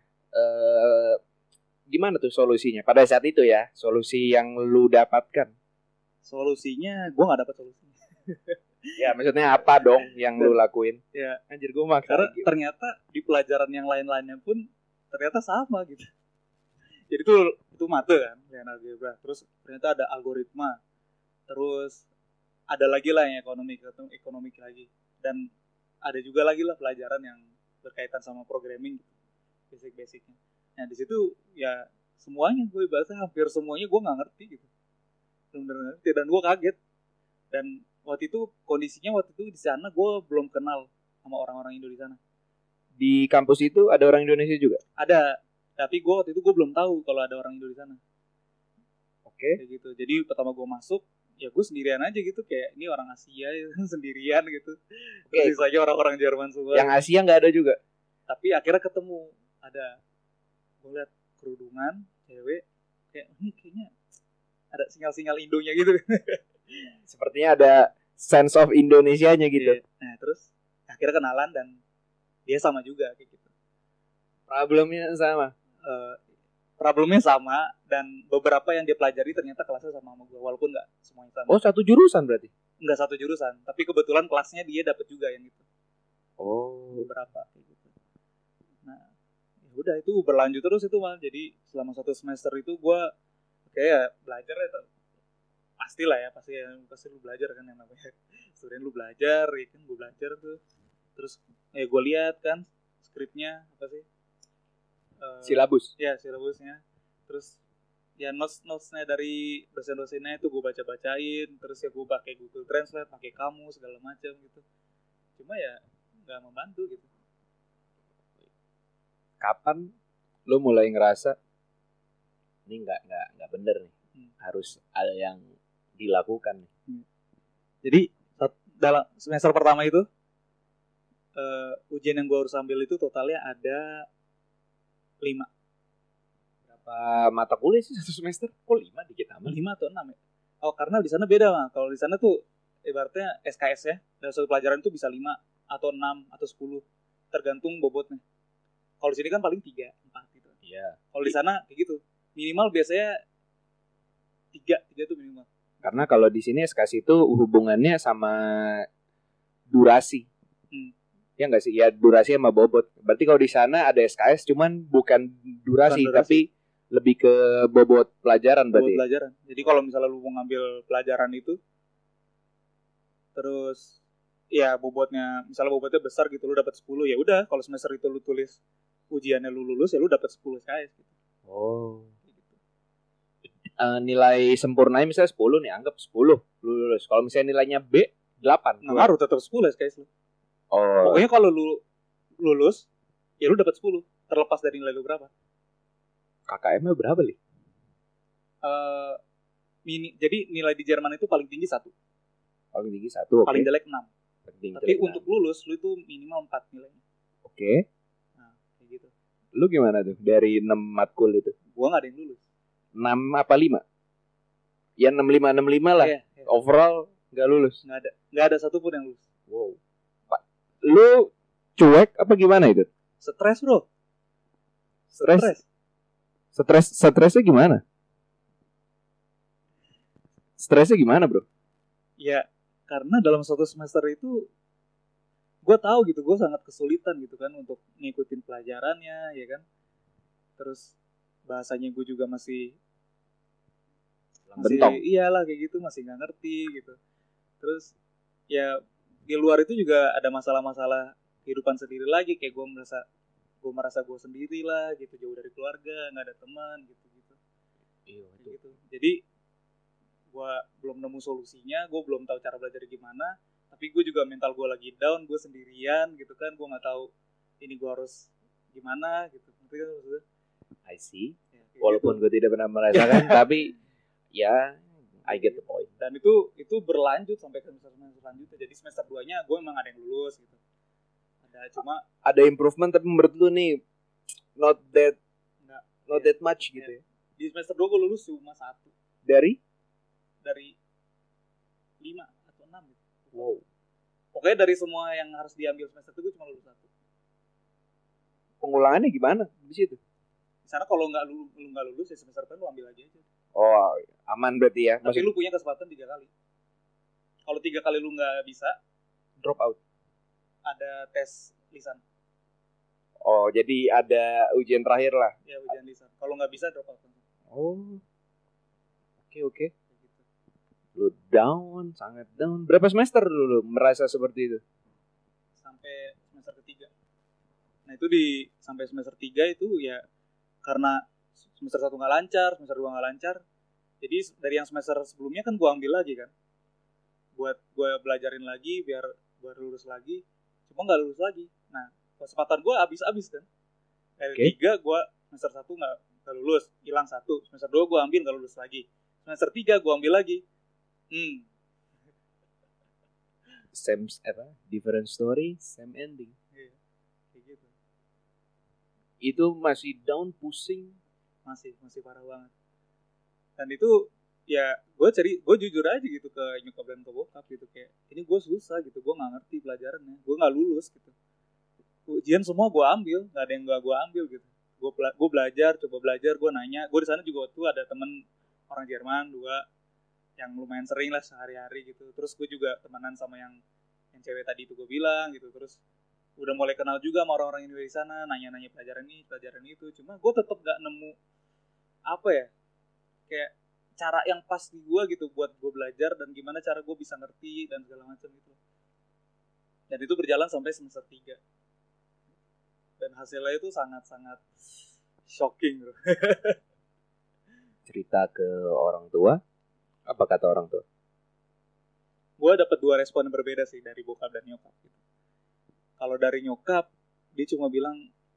Gimana tuh solusinya pada saat itu ya? Solusi yang lu dapatkan? Solusinya gue nggak dapat solusinya. Ya maksudnya apa dong yang lu lakuin? Ya, Anjir gue maksa. karena ternyata di pelajaran yang lain-lainnya pun ternyata sama gitu. Jadi itu mate kan, linear algebra. Terus ternyata ada algoritma. Terus ada lagi lah yang ekonomi lagi. Dan ada juga lagi lah pelajaran yang berkaitan sama programming gitu. Basic-basicnya. Nah di situ ya semuanya gue bahasa hampir semuanya gue nggak ngerti gitu. Bener-bener ngerti dan gue kaget. Dan waktu itu kondisinya di sana gue belum kenal sama orang-orang Indo di sana. Di kampus itu ada orang Indonesia juga? Ada, tapi waktu itu gue belum tahu kalau ada orang Indo di sana. Oke. Kayak gitu. Jadi pertama gue masuk, ya gue sendirian aja gitu, kayak ini orang Asia ya, sendirian gitu. Terus sisanya orang-orang Jerman semua. Yang Asia nggak ada juga? Tapi akhirnya ketemu, ada. Gue liat kerudungan, cewek, kayak ini kayaknya ada sinyal-sinyal Indonya gitu. Sepertinya ada sense of Indonesianya gitu. Nah terus akhirnya kenalan dan dia sama juga kayak gitu. Problemnya sama. Problemnya sama dan beberapa yang dia pelajari ternyata kelasnya sama gue walaupun nggak semuanya sama. Oh satu jurusan berarti? Nggak satu jurusan, tapi kebetulan kelasnya dia dapat juga yang itu. Oh. Beberapa kayak gitu. Nah, ya udah itu berlanjut terus itu mah. Jadi selama 1 semester itu gue kayak belajar ya, pasti lu belajar kan yang namanya student, lu belajar, ya kan gue belajar tuh. Terus gue lihat kan skripnya apa sih? Silabus. Ya silabusnya. Terus ya notes-nya dari dosen-dosennya itu gue baca-bacain. Terus ya gue pakai Google Translate, pakai kamus segala macam gitu. Cuma ya nggak membantu gitu. Kapan lo mulai ngerasa ini nggak bener nih, harus ada yang dilakukan nih? Jadi dalam semester pertama itu ujian yang gue harus ambil itu totalnya ada 5. Berapa mata kuliah sih satu semester? Kok 5 dikit amat? 5 atau 6 ya? Oh karena di sana beda mah. Kalau di sana tuh ibaratnya SKS ya, dalam satu pelajaran itu bisa 5 atau 6 atau 10 tergantung bobotnya. Kalau di sini kan paling 3, 4 gitu. Iya. Kalau di sana kayak gitu. Minimal biasanya 3 tuh minimal. Karena kalau di sini SKS itu hubungannya sama durasi. Ya nggak sih? Ya durasi sama bobot. Berarti kalau di sana ada SKS cuman bukan durasi. Tapi lebih ke bobot pelajaran berarti. Bobot pelajaran. Jadi kalau misalnya lu mau ngambil pelajaran itu terus ya bobotnya besar gitu, lu dapat 10, ya udah kalau semester itu lu tulis ujiannya lu lulus ya lu dapat 10 SKS gitu. Oh. Nilai sempurnanya misalnya 10 nih, anggap 10 lu lulus. Kalau misalnya nilainya B 8, nah, harus tetap 10 SKS lu. Oh. Pokoknya kalau lu lulus ya lu dapat 10 terlepas dari nilai lu berapa. KKM-nya berapa li? Jadi nilai di Jerman itu paling tinggi 1. Paling tinggi 1, okay. Paling jelek 6. Tapi jelek untuk lulus lu itu minimal 4 nilainya. Oke. Nah, kayak gitu. Lu gimana tuh dari 6 matkul itu? Gua enggak ada yang lulus. 6 apa 5? Ya 65 lah. Yeah. Overall enggak lulus. Enggak ada satupun yang lulus. Wow. Pak, lu cuek apa gimana itu? Stres, Bro. Stresnya gimana? Stresnya gimana, Bro? Ya, karena dalam 1 semester itu gue tahu gitu, gue sangat kesulitan gitu kan untuk ngikutin pelajarannya, ya kan. Terus bahasanya gue juga masih bentong. Iyalah kayak gitu, masih nggak ngerti gitu. Terus ya di luar itu juga ada masalah-masalah kehidupan sendiri lagi, kayak gue merasa gue sendiri lah gitu, jauh dari keluarga, nggak ada teman gitu. Iya gitu. Jadi gue belum nemu solusinya, gue belum tahu cara belajar gimana, tapi gue juga mental gue lagi down, gue sendirian gitu kan, gue nggak tahu ini gue harus gimana gitu. Ngerti kan maksudnya? I see. Ya, walaupun gitu. Gue tidak pernah merasakan, tapi ya I get the point. Dan itu berlanjut sampai ke semester selanjutnya. Jadi semester 2-nya gue emang ada yang lulus gitu. Ada improvement, tapi menurut lu nih not that much gitu ya. Di semester 2 gue lulus cuma 1. Dari 5 atau 6 gitu. Wow. Pokoknya dari semua yang harus diambil semester itu gue cuma lulus 1. Pengulangannya gimana di situ? Di sana kalau lu nggak lulus ya semester depan lu ambil aja. Oh, aman berarti ya. Tapi lu punya kesempatan 3 kali. Kalau 3 kali lu nggak bisa, drop out. ada tes lisan. Oh, jadi ada ujian terakhir lah. Ya, ujian lisan. Kalau nggak bisa drop out. Oh. Oke. Lu down, sangat down. Berapa semester dulu merasa seperti itu? Sampai semester ketiga. Nah itu sampai semester 3 itu ya karena semester 1 nggak lancar, semester 2 nggak lancar. Jadi dari yang semester sebelumnya kan gue ambil lagi kan. Buat gue belajarin lagi biar gue lulus lagi. Cuma nggak lulus lagi. Nah kesempatan gue habis kan. Dari 3 gue semester 1 nggak lulus, hilang 1. Semester 2 gue ambil nggak lulus lagi. Semester 3 gue ambil lagi. Same different story, same ending. Iya, kayak gitu. Itu masih down, pusing, masih parah banget. Dan itu ya gue jujur aja gitu ke nyokap dan ke bokap gitu, kayak ini gue susah gitu, gue nggak ngerti pelajarannya, gue nggak lulus gitu. Ujian semua gue ambil, nggak ada yang gak gue ambil gitu. Gue belajar, coba belajar, gue nanya. Gue di sana juga waktu ada temen orang Jerman 2 yang lumayan sering lah sehari-hari gitu. Terus gue juga temenan sama yang cewek tadi itu gue bilang gitu. Terus udah mulai kenal juga sama orang-orang yang di sana, nanya-nanya pelajaran ini, pelajaran itu. Cuma gue tetap gak nemu apa ya, kayak cara yang pas di gue gitu buat gue belajar dan gimana cara gue bisa ngerti dan segala macam gitu. Dan itu berjalan sampai semester 3. Dan hasilnya itu sangat-sangat shocking bro. Cerita ke orang tua, apa kata orang tua? Gue dapat 2 respon yang berbeda sih dari bokap dan nyokap gitu. Kalau dari nyokap, dia cuma bilang,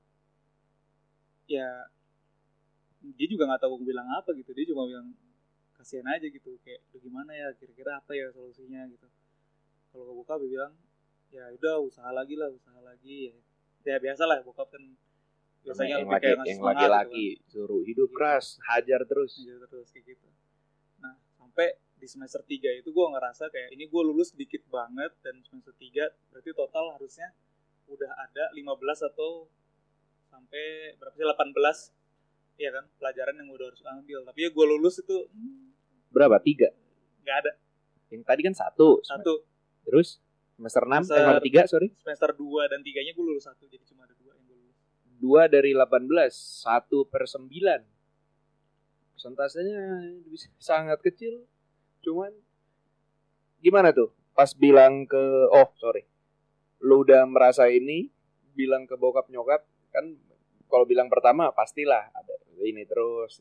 ya dia juga nggak tahu gue bilang apa gitu. Dia cuma bilang kasihan aja gitu, kayak gimana ya, kira-kira apa ya solusinya gitu. Kalau ke bokap dia bilang, ya udah usaha lagi ya. Ya biasalah bokap kan biasanya lebih kayak ngasih semangat lagi gitu kan. Suruh hidup keras, hajar terus kayak gitu. Nah sampai di semester 3 itu gue ngerasa kayak ini gue lulus dikit banget, dan semester 3 berarti total harusnya udah ada 15 atau sampai berapa sih 18 ya kan pelajaran yang udah harus ambil. Tapi ya gue lulus itu berapa? 3? Nggak ada. Yang tadi kan 1. Terus semester 6 semester 3 sorry. Semester 2 dan 3-nya gue lulus 1, jadi cuma ada 2 yang gue lulus. 2 dari 18, 1/9. Persentasenya sangat kecil. Cuman gimana tuh? Pas bilang ke lu udah merasa ini, bilang ke bokap nyokap kan, kalau bilang pertama pastilah ada ini terus.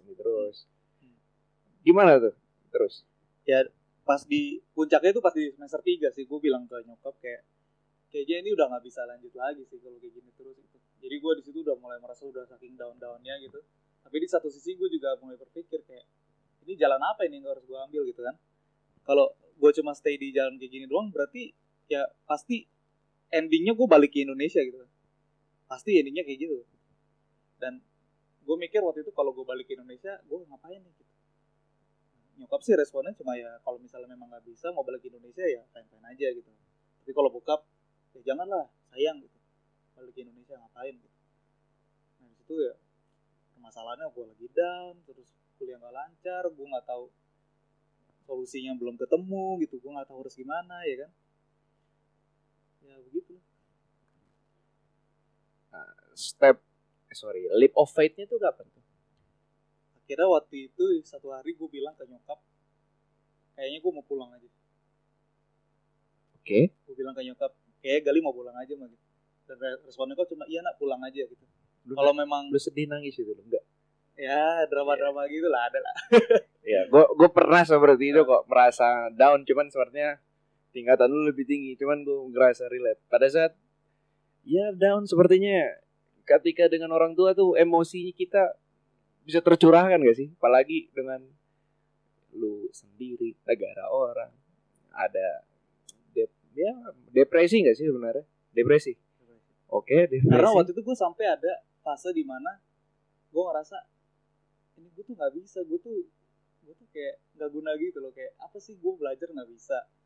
Gimana tuh? Terus? Ya pas di puncaknya itu pas di semester 3 sih gue bilang ke nyokap kayaknya ini udah nggak bisa lanjut lagi sih kalau kayak gini terus gitu. Jadi gue di situ udah mulai merasa udah saking down-downnya gitu. Tapi di satu sisi gue juga mulai berpikir kayak ini jalan apa ini yang harus gue ambil gitu kan. Kalau gue cuma stay di jalan kayak gini doang berarti ya pasti endingnya gue balik ke Indonesia gitu kan. Pasti endingnya kayak gitu. Dan gue mikir waktu itu kalau gue balik ke Indonesia gue ngapain nih gitu. Nyokap sih responnya cuma ya kalau misalnya memang nggak bisa mau balik ke Indonesia ya fine-fine aja gitu. Tapi kalau bokap ya janganlah, sayang gitu, balik ke Indonesia ngapain gitu. Nah disitu ya permasalahannya gue lagi down, terus kuliah nggak lancar, gue nggak tahu solusinya, belum ketemu gitu, gue nggak tahu harus gimana ya kan. Ya begitu. Leap of faith-nya tuh kapan tuh? Akhirnya waktu itu satu hari gue bilang ke nyokap, kayaknya gue mau pulang aja. Oke. Gue bilang ke nyokap, kayak Gali mau pulang aja mah gitu. Dan responnya kok cuma iya nak pulang aja gitu. Kalau memang lu sedih nangis itu lo enggak? Ya drama-drama gitu lah ada lah. Ya, gue pernah seperti itu kok, merasa down, cuman sepertinya tingkatan lu lebih tinggi, cuman gue ngerasa relate. Pada saat ya down sepertinya ketika dengan orang tua tuh emosinya kita bisa tercurahkan gak sih? Apalagi dengan lu sendiri, negara orang, ada depresi gak sih sebenarnya? Depresi. Oke, depresi. Karena waktu itu gue sampai ada fase di mana gue ngerasa ini gue tuh nggak bisa, gue tuh kayak nggak guna gitu loh, kayak apa sih gue belajar nggak bisa,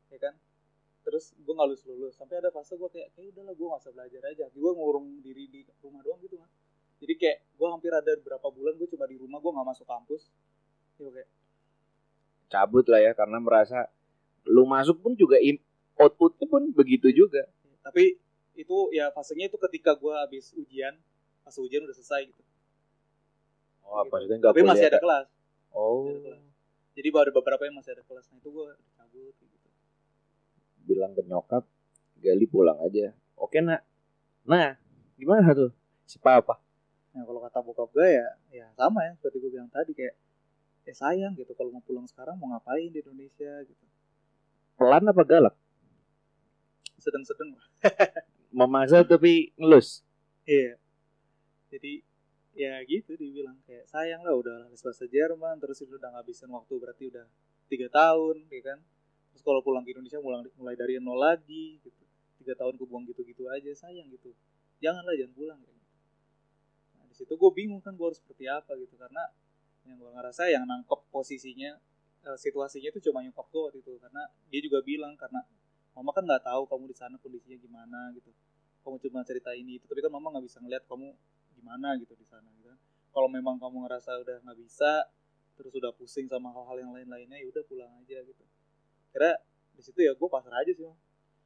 ya kan. Terus gue nggak lulus sampai ada fase gue kayak udahlah gue nggak usah belajar aja, gue ngurung diri di rumah doang gitu kan. Jadi kayak gue hampir ada berapa bulan gue cuma di rumah, gue nggak masuk kampus. Ya kayak Cabut lah ya, karena merasa lu masuk pun juga outputnya pun begitu juga. tapi itu ya fasenya itu ketika gue habis ujian, pas ujian udah selesai gitu. Oh, Gitu. maksudnya nggak Tapi masih kuliah, ada Kak? kelas. Oh, Masih ada kelas. Jadi baru beberapa yang masih ada kelas. Nah itu gue cabut gitu. bilang ke nyokap, Gali pulang aja. Oke nak. Nah, gimana tuh si papa? Nah kalau kata bokap gue ya sama ya seperti gue bilang tadi, kayak sayang gitu kalau mau pulang sekarang, mau ngapain di Indonesia gitu. Pelan apa galak? Sedang-sedang lah. Memaksa tapi ngelus. Iya. Jadi ya gitu dibilang kayak sayang lah, udah les bahasa Jerman terus itu udah ngabisin waktu berarti udah 3 tahun ya kan. Terus kalau pulang ke Indonesia mulai dari nol lagi gitu. 3 tahun kebuang gitu-gitu aja, sayang gitu. Jangan pulang gitu. Nah, di situ gue bingung kan gue harus seperti apa gitu, karena yang gue ngerasa yang nangkep posisinya situasinya itu cuma nyokap gue waktu itu, karena dia juga bilang karena mama kan nggak tahu kamu di sana kondisinya gimana gitu, kamu cuma cerita ini itu, tapi kan mama nggak bisa ngeliat kamu gimana gitu di sana gitu. Kalau memang kamu ngerasa udah nggak bisa, terus udah pusing sama hal-hal yang lain-lainnya, ya udah pulang aja gitu. Kira di situ ya gue pasrah aja sih, Bang.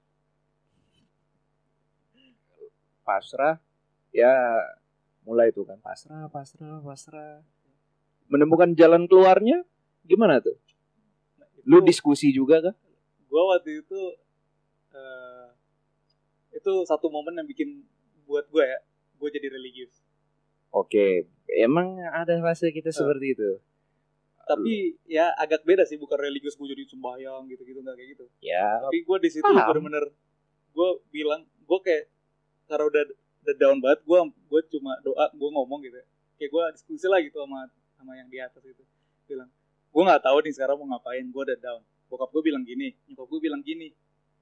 Pasrah ya, mulai tuh kan pasrah. Menemukan jalan keluarnya gimana tuh? Nah, Lu diskusi juga kan? gue waktu itu itu satu momen yang bikin buat gue jadi religius. Oke, emang ada fase kita seperti itu. Tapi ya agak beda sih, bukan religius gue jadi sembahyang gitu-gitu, nggak kayak gitu. Ya, Tapi gue di situ paham. bener-bener gue bilang, gue kayak karena udah down banget, gue cuma doa, gue ngomong gitu, kayak gue diskusi lah gitu sama yang di atas itu, bilang gue nggak tahu nih sekarang mau ngapain, gue udah down. Bokap gue bilang gini, nyokap gue bilang gini,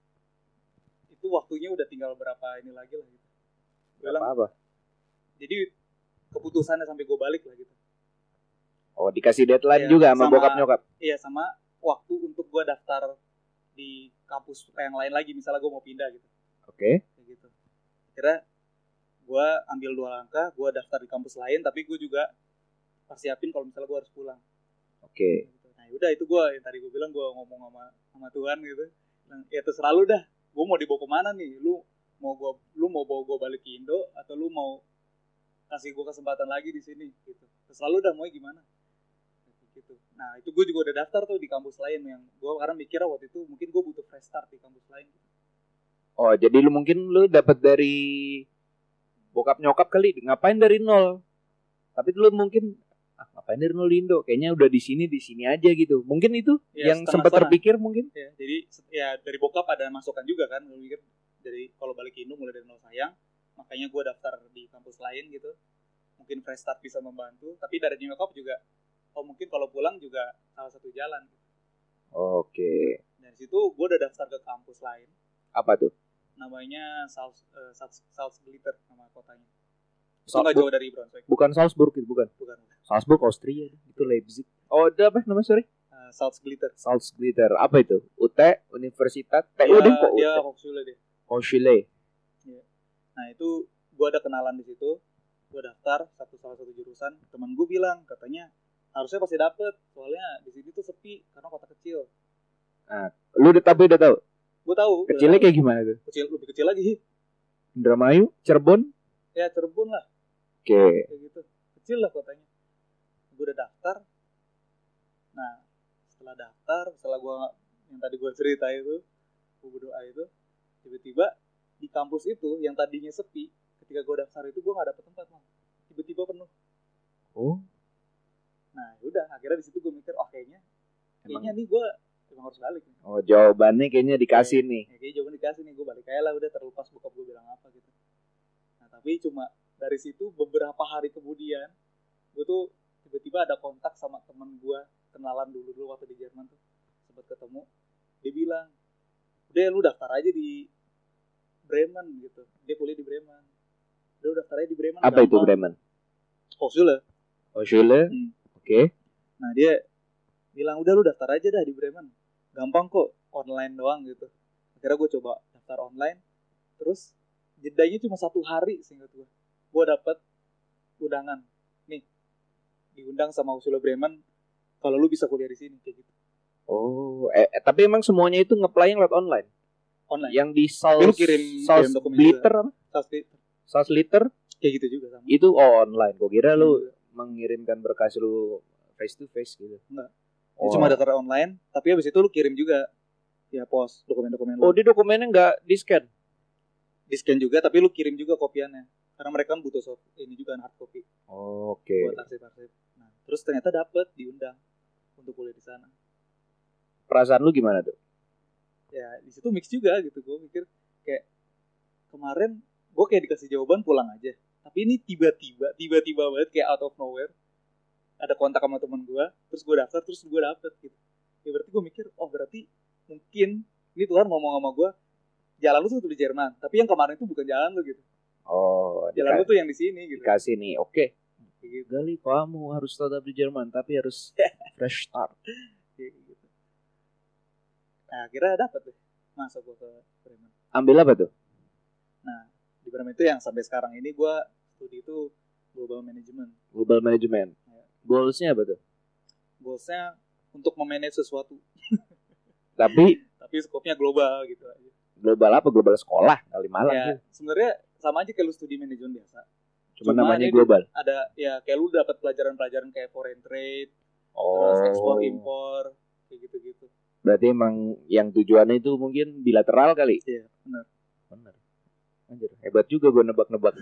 itu waktunya udah tinggal berapa ini lagi lah gitu. Bilang, apa? jadi keputusannya sampai gue balik lah gitu. Oh, dikasih deadline Iya, juga sama sama- bokap nyokap. Iya, sama waktu untuk gue daftar di kampus yang lain lagi, misalnya gue mau pindah gitu. Oke. Kayak gitu. Kira gue ambil 2 langkah, gue daftar di kampus lain, tapi gue juga persiapin kalau misalnya gue harus pulang. Oke. Gitu. Nah udah, itu gue yang tadi gue bilang, gue ngomong sama Tuhan gitu. Bilang, ya terserah lu dah, gue mau dibawa kemana nih? Lu mau bawa gue balik ke Indo, atau lu mau kasih gue kesempatan lagi di sini gitu. Terserah lu dah mau gimana. Gitu. Nah itu gue juga udah daftar tuh di kampus lain, yang gue karena mikir waktu itu mungkin gue butuh fresh start di kampus lain. Oh, jadi lu dapat dari bokap nyokap kali, ngapain dari nol? Tapi lu mungkin ngapain dari nol di Indo? Kayaknya udah di sini aja gitu. Mungkin itu Ya, yang sempat setengah-setengah. terpikir mungkin. Ya, jadi ya dari bokap ada masukan juga kan, gue mikir dari kalau balik ke Indo mulai dari nol sayang, makanya gue daftar di kampus lain gitu, mungkin fresh start bisa membantu. Tapi dari nyokap juga, oh mungkin kalau pulang juga salah satu jalan. Oke. Dari situ gue udah daftar ke kampus lain, Apa tuh? namanya Salzgitter nama kotanya. Itu Salzburg. nggak jauh dari Braunschweig. Bukan Salzburg itu, bukan. Salzburg Austria, itu Leipzig. Oh, itu apa namanya, sorry? Salzgitter. Salzgitter. Apa itu? UT, Universitas TU deh kok. Dia UT. Hochschule deh. Hochschule. Nah itu gue ada kenalan di situ, gue daftar salah satu jurusan. Teman gue bilang katanya harusnya pasti dapet, soalnya di sini tuh sepi karena kota kecil. Nah, lu udah tahu? Gue tahu. Kecilnya kayak gimana tuh? Lebih kecil lagi. Indramayu, Cirebon. Ya Cirebon lah, Oke. kayak gitu. Kecil lah kotanya. Gue udah daftar. Nah setelah gue yang tadi gue cerita itu, gue berdoa itu, tiba-tiba di kampus itu yang tadinya sepi, ketika gue daftar itu gue nggak dapet tempat, Bang. Tiba-tiba penuh. Oh, Nah udah, akhirnya di situ gue mikir, oh kayaknya nih gue emang harus balik nih. oh, jawabannya kayaknya dikasih nih. Ya, kayaknya jawaban dikasih nih, gue balik aja lah, udah terlepas bokap gue bilang apa gitu. Nah tapi cuma dari situ beberapa hari kemudian, gue tuh tiba-tiba ada kontak sama temen gue, kenalan dulu waktu di Jerman tuh, sempat ketemu. Dia bilang, udah lu daftar aja di Bremen gitu. Dia kuliah di Bremen. Udah daftar aja di Bremen. Apa itu Bremen? Hochschule. Hochschule. Oke. Nah dia bilang, udah lu daftar aja dah di Bremen, gampang kok. online doang gitu. Akhirnya gue coba daftar online, terus jedanya cuma 1 hari seingat gue dapet undangan nih, diundang sama Ursula Bremen kalau lu bisa kuliah di sini kayak gitu. Oh, tapi emang semuanya itu nge-apply lewat online. Online. Yang di Lu kirim dokumen Blitter apa? South Liter kayak gitu juga sama. itu online. Gue kira lu mengirimkan berkas lu face to face gitu. Enggak. Cuma daftar online, tapi habis itu lu kirim juga ya pos dokumen-dokumen lu. Oh, di dokumennya nggak di scan? Di scan juga, tapi lu kirim juga kopiannya. Karena mereka kan butuh ini juga hard copy. Oh, oke. Okay. Buat arsip-arsip. Nah, terus ternyata dapet diundang untuk kuliah di sana. Perasaan lu gimana tuh? Ya di situ mix juga gitu. Gue mikir kayak kemarin gue kayak dikasih jawaban pulang aja, tapi ini tiba-tiba banget kayak out of nowhere ada kontak sama teman gue, terus gue daftar, terus gue dapet gitu. Ya berarti gue mikir, oh berarti mungkin ini Tuhan ngomong sama gue, jalan lu tuh di Jerman, tapi yang kemarin itu bukan jalan lu gitu. Oh, jalan lu tuh yang di sini gitu. Dikasih nih, oke. Gitu. Gali, kamu harus tetap di Jerman, tapi harus fresh start. Gitu. Nah, akhirnya dapet deh masuk gue ke Bremen. Ambil apa tuh? Nah, di Bremen itu yang sampai sekarang ini gue studi itu Global Management. Global Management. Ya. Goals-nya apa tuh? Goals-nya untuk memanage sesuatu. Tapi skopnya global gitu aja. Global apa? Global sekolah kali malang. Ya, sebenarnya sama aja kayak lu studi manajemen biasa. Cuma namanya global. Ada ya kayak lu dapat pelajaran-pelajaran kayak foreign trade, terus ekspor impor, kayak gitu-gitu. Berarti emang yang tujuannya itu mungkin bilateral kali. Iya, benar. Anjir, hebat juga gue nebak-nebak.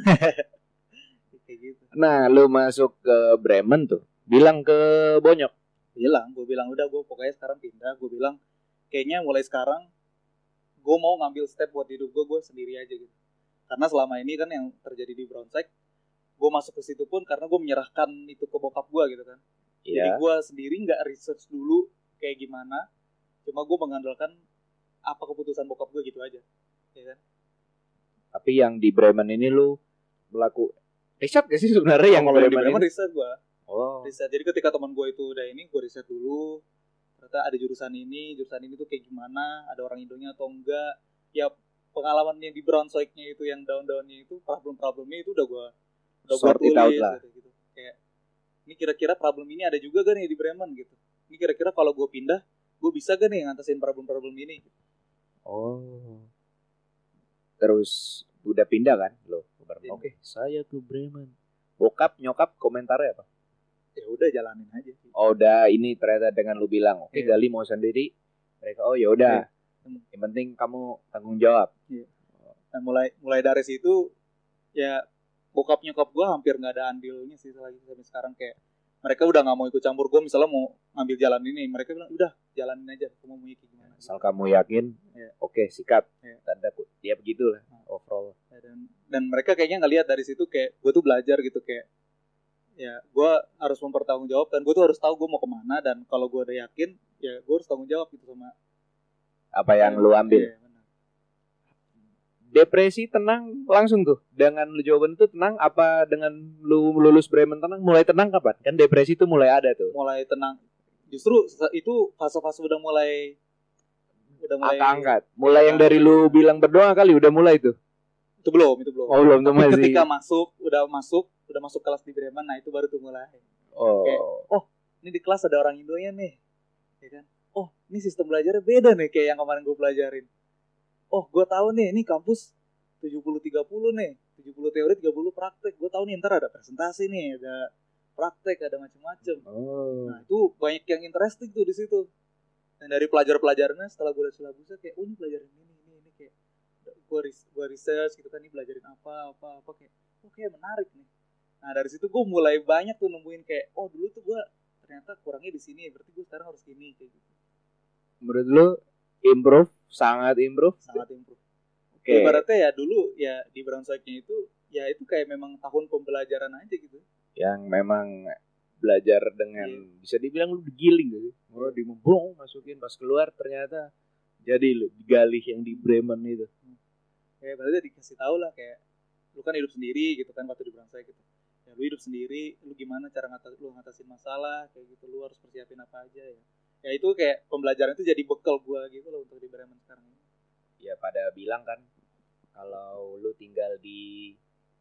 Kayak gitu. Nah, lu masuk ke Bremen tuh, bilang ke Bonyok. Gue bilang udah gue pokoknya sekarang pindah. Gue bilang kayaknya mulai sekarang gue mau ngambil step buat hidup gue sendiri aja gitu. Karena selama ini kan yang terjadi di Braunschweig, gue masuk ke situ pun karena gue menyerahkan itu ke bokap gue gitu kan. Jadi gue sendiri nggak research dulu kayak gimana, cuma gue mengandalkan apa keputusan bokap gue gitu aja, ya kan. Tapi yang di Bremen ini lu riset gak sih sebenarnya yang di Bremen riset gue. Riset. Jadi ketika teman gue itu udah ini, gue riset dulu. Ternyata ada jurusan ini tuh kayak gimana, ada orang Indonya atau enggak. Ya pengalamannya di Braunschweig-nya itu yang down-downnya itu, problem-problemnya itu udah gue tulis gitu. Kayak ini kira-kira problem ini ada juga gak nih di Bremen gitu. Ini kira-kira kalau gue pindah, gue bisa gak nih ngatasin problem-problem ini? Oh. Terus udah pindah kan lo? Oke, saya ke Bremen. Bokap, nyokap komentarnya apa? Ya udah jalanin aja. Oh, udah ini ternyata dengan lu bilang, oke, Gali mau sendiri. Mereka ya udah. Yang penting kamu tanggung jawab. Nah, mulai dari situ ya bokap nyokap gue hampir nggak ada andilnya sih lagi sampai sekarang. Kayak mereka udah nggak mau ikut campur gue misalnya mau ngambil jalan ini, mereka bilang udah jalanin aja, kamu mau ikut gimana. Asal kamu yakin, oke, sikat. Tanda dia begitulah overall. Dan mereka kayaknya ngelihat dari situ kayak gue tuh belajar gitu, kayak ya gue harus mempertanggungjawabkan, gue tuh harus tahu gue mau kemana, dan kalau gue udah yakin ya gue harus tanggung jawab gitu sama apa yang lu ambil. Depresi tenang langsung tuh dengan lu jawaban itu tenang, apa dengan lu lulus Bremen tenang? Mulai tenang kapan? Kan depresi itu mulai ada tuh. Mulai tenang justru itu fase-fase udah mulai angkat. Mulai yang dari lu bilang berdoa kali udah mulai tuh. Itu belum. Oh, belum tuh masih. Ketika udah masuk kelas di Bremen, nah itu baru tuh mulai. Kayak, ini di kelas ada orang Indonya nih. Ya kan? Oh, ini sistem belajarnya beda nih kayak yang kemarin gue pelajarin. Oh, gue tahu nih, ini kampus 70-30 nih. 70 teori, 30 praktek. Gue tahu nih ntar ada presentasi nih, ada praktek, ada macam-macam. Nah, itu banyak yang interesting tuh di situ. Dan dari pelajarannya setelah gue lihat silabusnya kayak, ini pelajaran ini kayak gue research gitu kan, ini pelajarin apa kayak menarik nih. Nah, dari situ gue mulai banyak tuh nemuin kayak, dulu tuh gue ternyata kurangnya di sini, berarti gue sekarang harus gini kayak gitu. Menurut lu sangat improve. Okay. Ibaratnya ya dulu ya di Braunschweig-nya itu kayak memang tahun pembelajaran aja gitu. Yang memang belajar dengan bisa dibilang lu digiling gitu. Dimembrong masukin, pas keluar ternyata jadi digali yang di Bremen itu. Kayak berarti dikasih tahu lah kayak lu kan hidup sendiri gitu kan waktu di Braunschweig gitu. Ya lu hidup sendiri, lu gimana cara ngatasin masalah kayak gitu, lu harus persiapin apa aja ya. Ya itu kayak pembelajaran itu jadi bekal gue gitu loh untuk di Bremen sekarang. Ya pada bilang kan kalau lu tinggal di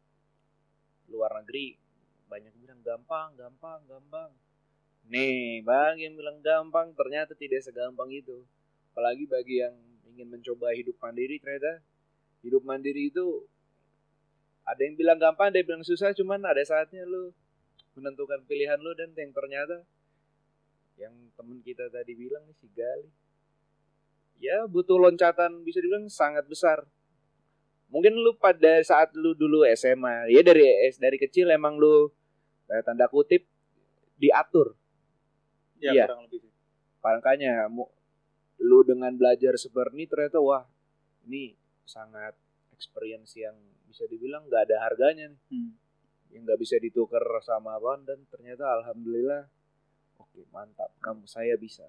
luar negeri banyak yang bilang gampang. Nih, bagi yang bilang gampang ternyata tidak segampang itu. Apalagi bagi yang ingin mencoba hidup mandiri, ternyata hidup mandiri itu ada yang bilang gampang, ada yang bilang susah, cuman ada saatnya lu menentukan pilihan lu. Dan yang ternyata yang temen kita tadi bilang nih, si Gali, ya butuh loncatan bisa dibilang sangat besar. Mungkin lu pada saat lu dulu SMA, ya dari kecil emang lu tanda kutip diatur. Ya Iya. kurang lebih. Makanya lu dengan belajar seperti ini ternyata wah ini sangat experience yang bisa dibilang nggak ada harganya nih, yang nggak bisa ditukar sama apaan. Dan ternyata alhamdulillah oke mantap saya bisa.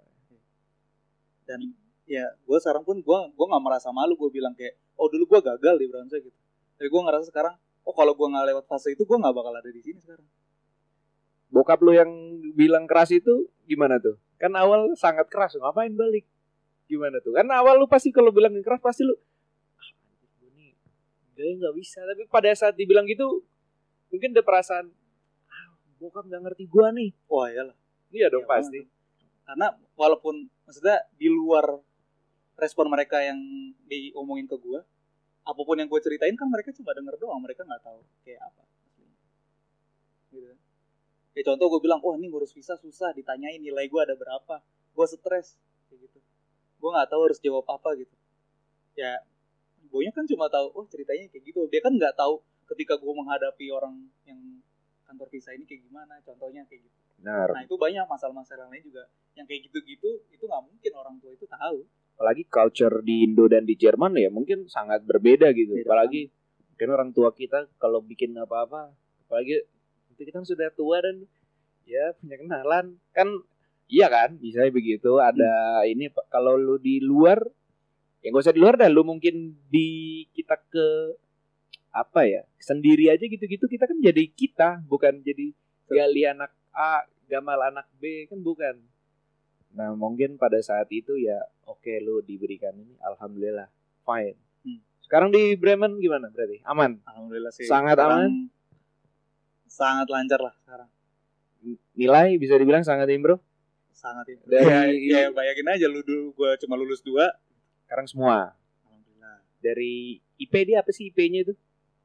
Dan ya gue sekarang pun gue nggak merasa malu gue bilang kayak oh dulu gue gagal di Braunschweig gitu. Tapi gue ngerasa sekarang oh kalau gue nggak lewat fase itu gue nggak bakal ada di sini sekarang. Bokap lu yang bilang keras itu gimana tuh? Kan awal sangat keras, ngapain balik? Gimana tuh? Kan awal lu pasti kalau bilang keras pasti lu gue nih nggak bisa. Tapi pada saat dibilang gitu mungkin ada perasaan bokap nggak ngerti gua nih. Wah iyalah. Iya dong Ya, pasti. Karena walaupun maksudnya di luar respon mereka yang diomongin ke gue, apapun yang gue ceritain kan mereka cuma denger doang, mereka nggak tahu kayak apa. Gitu. Kayak contoh gue bilang, oh ini ngurus visa susah, ditanyain nilai gue ada berapa, gue stres, kayak gitu. Gue nggak tahu harus jawab apa gitu. Ya, boynya kan cuma tahu, oh ceritanya kayak gitu. Dia kan nggak tahu ketika gue menghadapi orang yang kantor visa ini kayak gimana, contohnya kayak gitu. Benar. Nah itu banyak masalah-masalah lain juga yang kayak gitu-gitu itu nggak mungkin orang tua itu tahu. Apalagi culture di Indo dan di Jerman ya mungkin sangat berbeda gitu. Beda. Apalagi mungkin orang tua kita kalau bikin apa-apa, apalagi kita kan sudah tua dan ya punya kenalan kan, iya kan bisa begitu. Ada ini kalau lu di luar ya nggak usah di luar dah, lu mungkin di kita ke apa ya sendiri aja gitu-gitu, kita kan jadi kita bukan jadi Gali anak A, Gamal anak B kan bukan. Nah mungkin pada saat itu ya oke lu diberikan ini alhamdulillah fine. Sekarang di Bremen gimana berarti? Aman? Alhamdulillah sih. Sangat sekarang aman? Sangat lancar lah sekarang. Nilai bisa dibilang sangat improve? Sangat itu. Dari- Ya bayangin aja lu dulu gue cuma lulus 2. Sekarang semua. Alhamdulillah. Dari IP dia apa sih IP-nya itu?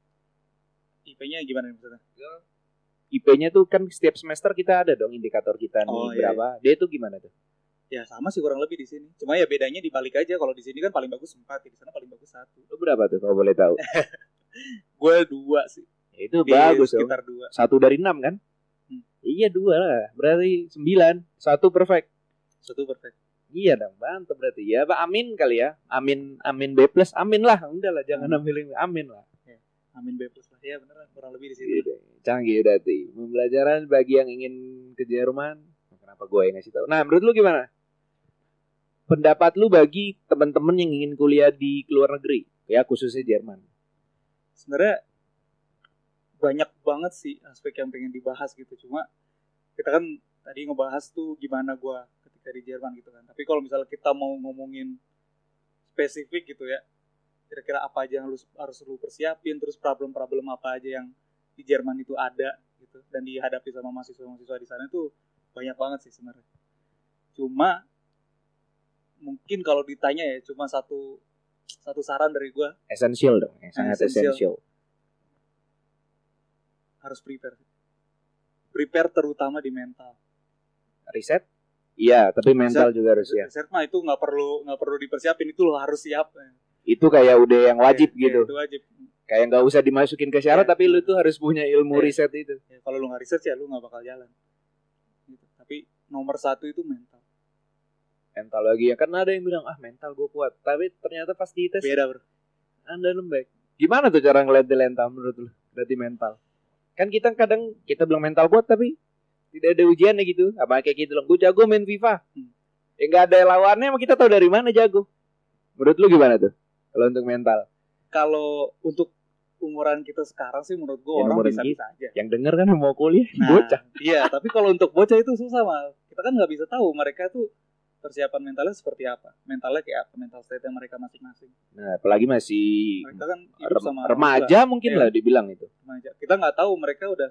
IP-nya gimana nih maksudnya? IP-nya tuh kan setiap semester kita ada dong indikator kita nih Oh, iya, berapa. Dia itu gimana tuh? Ya sama sih kurang lebih di sini. Cuma ya bedanya dibalik aja. Kalau di sini kan paling bagus 4, di sana paling bagus 1. Lu berapa tuh kalau boleh tahu? Gue 2 sih. Ya, itu Di bagus dong. sekitar 2. 1 dari 6 kan? Iya 2 lah. Berarti 9. 1 perfect. 1 perfect. Iya dong, mantap berarti. Ya, Pak, amin kali ya. Amin B+, amin lah. Udah lah, jangan ambil amin lah. Amin B+ lah. Ya beneran kurang lebih di situ. Gitu. Canggih berarti. Pembelajaran bagi yang ingin ke Jerman. Kenapa gue yang ngasih tahu? Nah, menurut lu gimana? Pendapat lu bagi teman-teman yang ingin kuliah di luar negeri, ya khususnya Jerman. Sebenarnya banyak banget sih aspek yang pengen dibahas gitu. Cuma kita kan tadi ngebahas tuh gimana gue ketika di Jerman gitu kan. Tapi kalau misalnya kita mau ngomongin spesifik gitu ya, kira-kira apa aja yang harus lu persiapin, terus problem-problem apa aja yang di Jerman itu ada gitu dan dihadapi sama mahasiswa-mahasiswa di sana itu banyak banget sih sebenarnya. Cuma mungkin kalau ditanya ya cuma satu saran dari gue, Essential dong, yang sangat Essential. essential. harus prepare terutama di mental. Riset? Iya, tapi mental juga harus ya. Riset mah itu nggak perlu dipersiapin, itu lo harus siap. Itu kayak udah yang wajib Ya, gitu. itu wajib. Kayak nggak usah dimasukin ke syarat, Ya. tapi lu tuh harus punya ilmu Ya. riset itu. Ya, kalau lu nggak riset ya lu nggak bakal jalan. Gitu. Tapi nomor 1 itu mental. Mental lagi ya, karena ada yang bilang mental gue kuat, tapi ternyata pas dites Beda bro. Anda lembek. Gimana tuh cara ngeliat di mental menurut lu? Berarti mental. Kan kita kadang kita bilang mental kuat tapi tidak ada ujiannya gitu. Apa kayak gitu loh. Gue jago main FIFA. Ya nggak ada lawannya, emang kita tahu dari mana jago. Menurut lu gimana tuh? Kalau untuk mental. Kalau untuk umuran kita sekarang sih menurut gue Ya, orang umuran bisa-bisa aja. Yang denger kan mau kuliah Nah, bocah. Iya, tapi kalau untuk bocah itu susah mal. Kita kan nggak bisa tahu mereka tuh persiapan mentalnya seperti apa, mentalnya kayak apa, mental state mereka masing-masing. Nah, apalagi masih Mereka kan hidup sama remaja mungkin Iya. lah dibilang itu. remaja. Kita nggak tahu mereka udah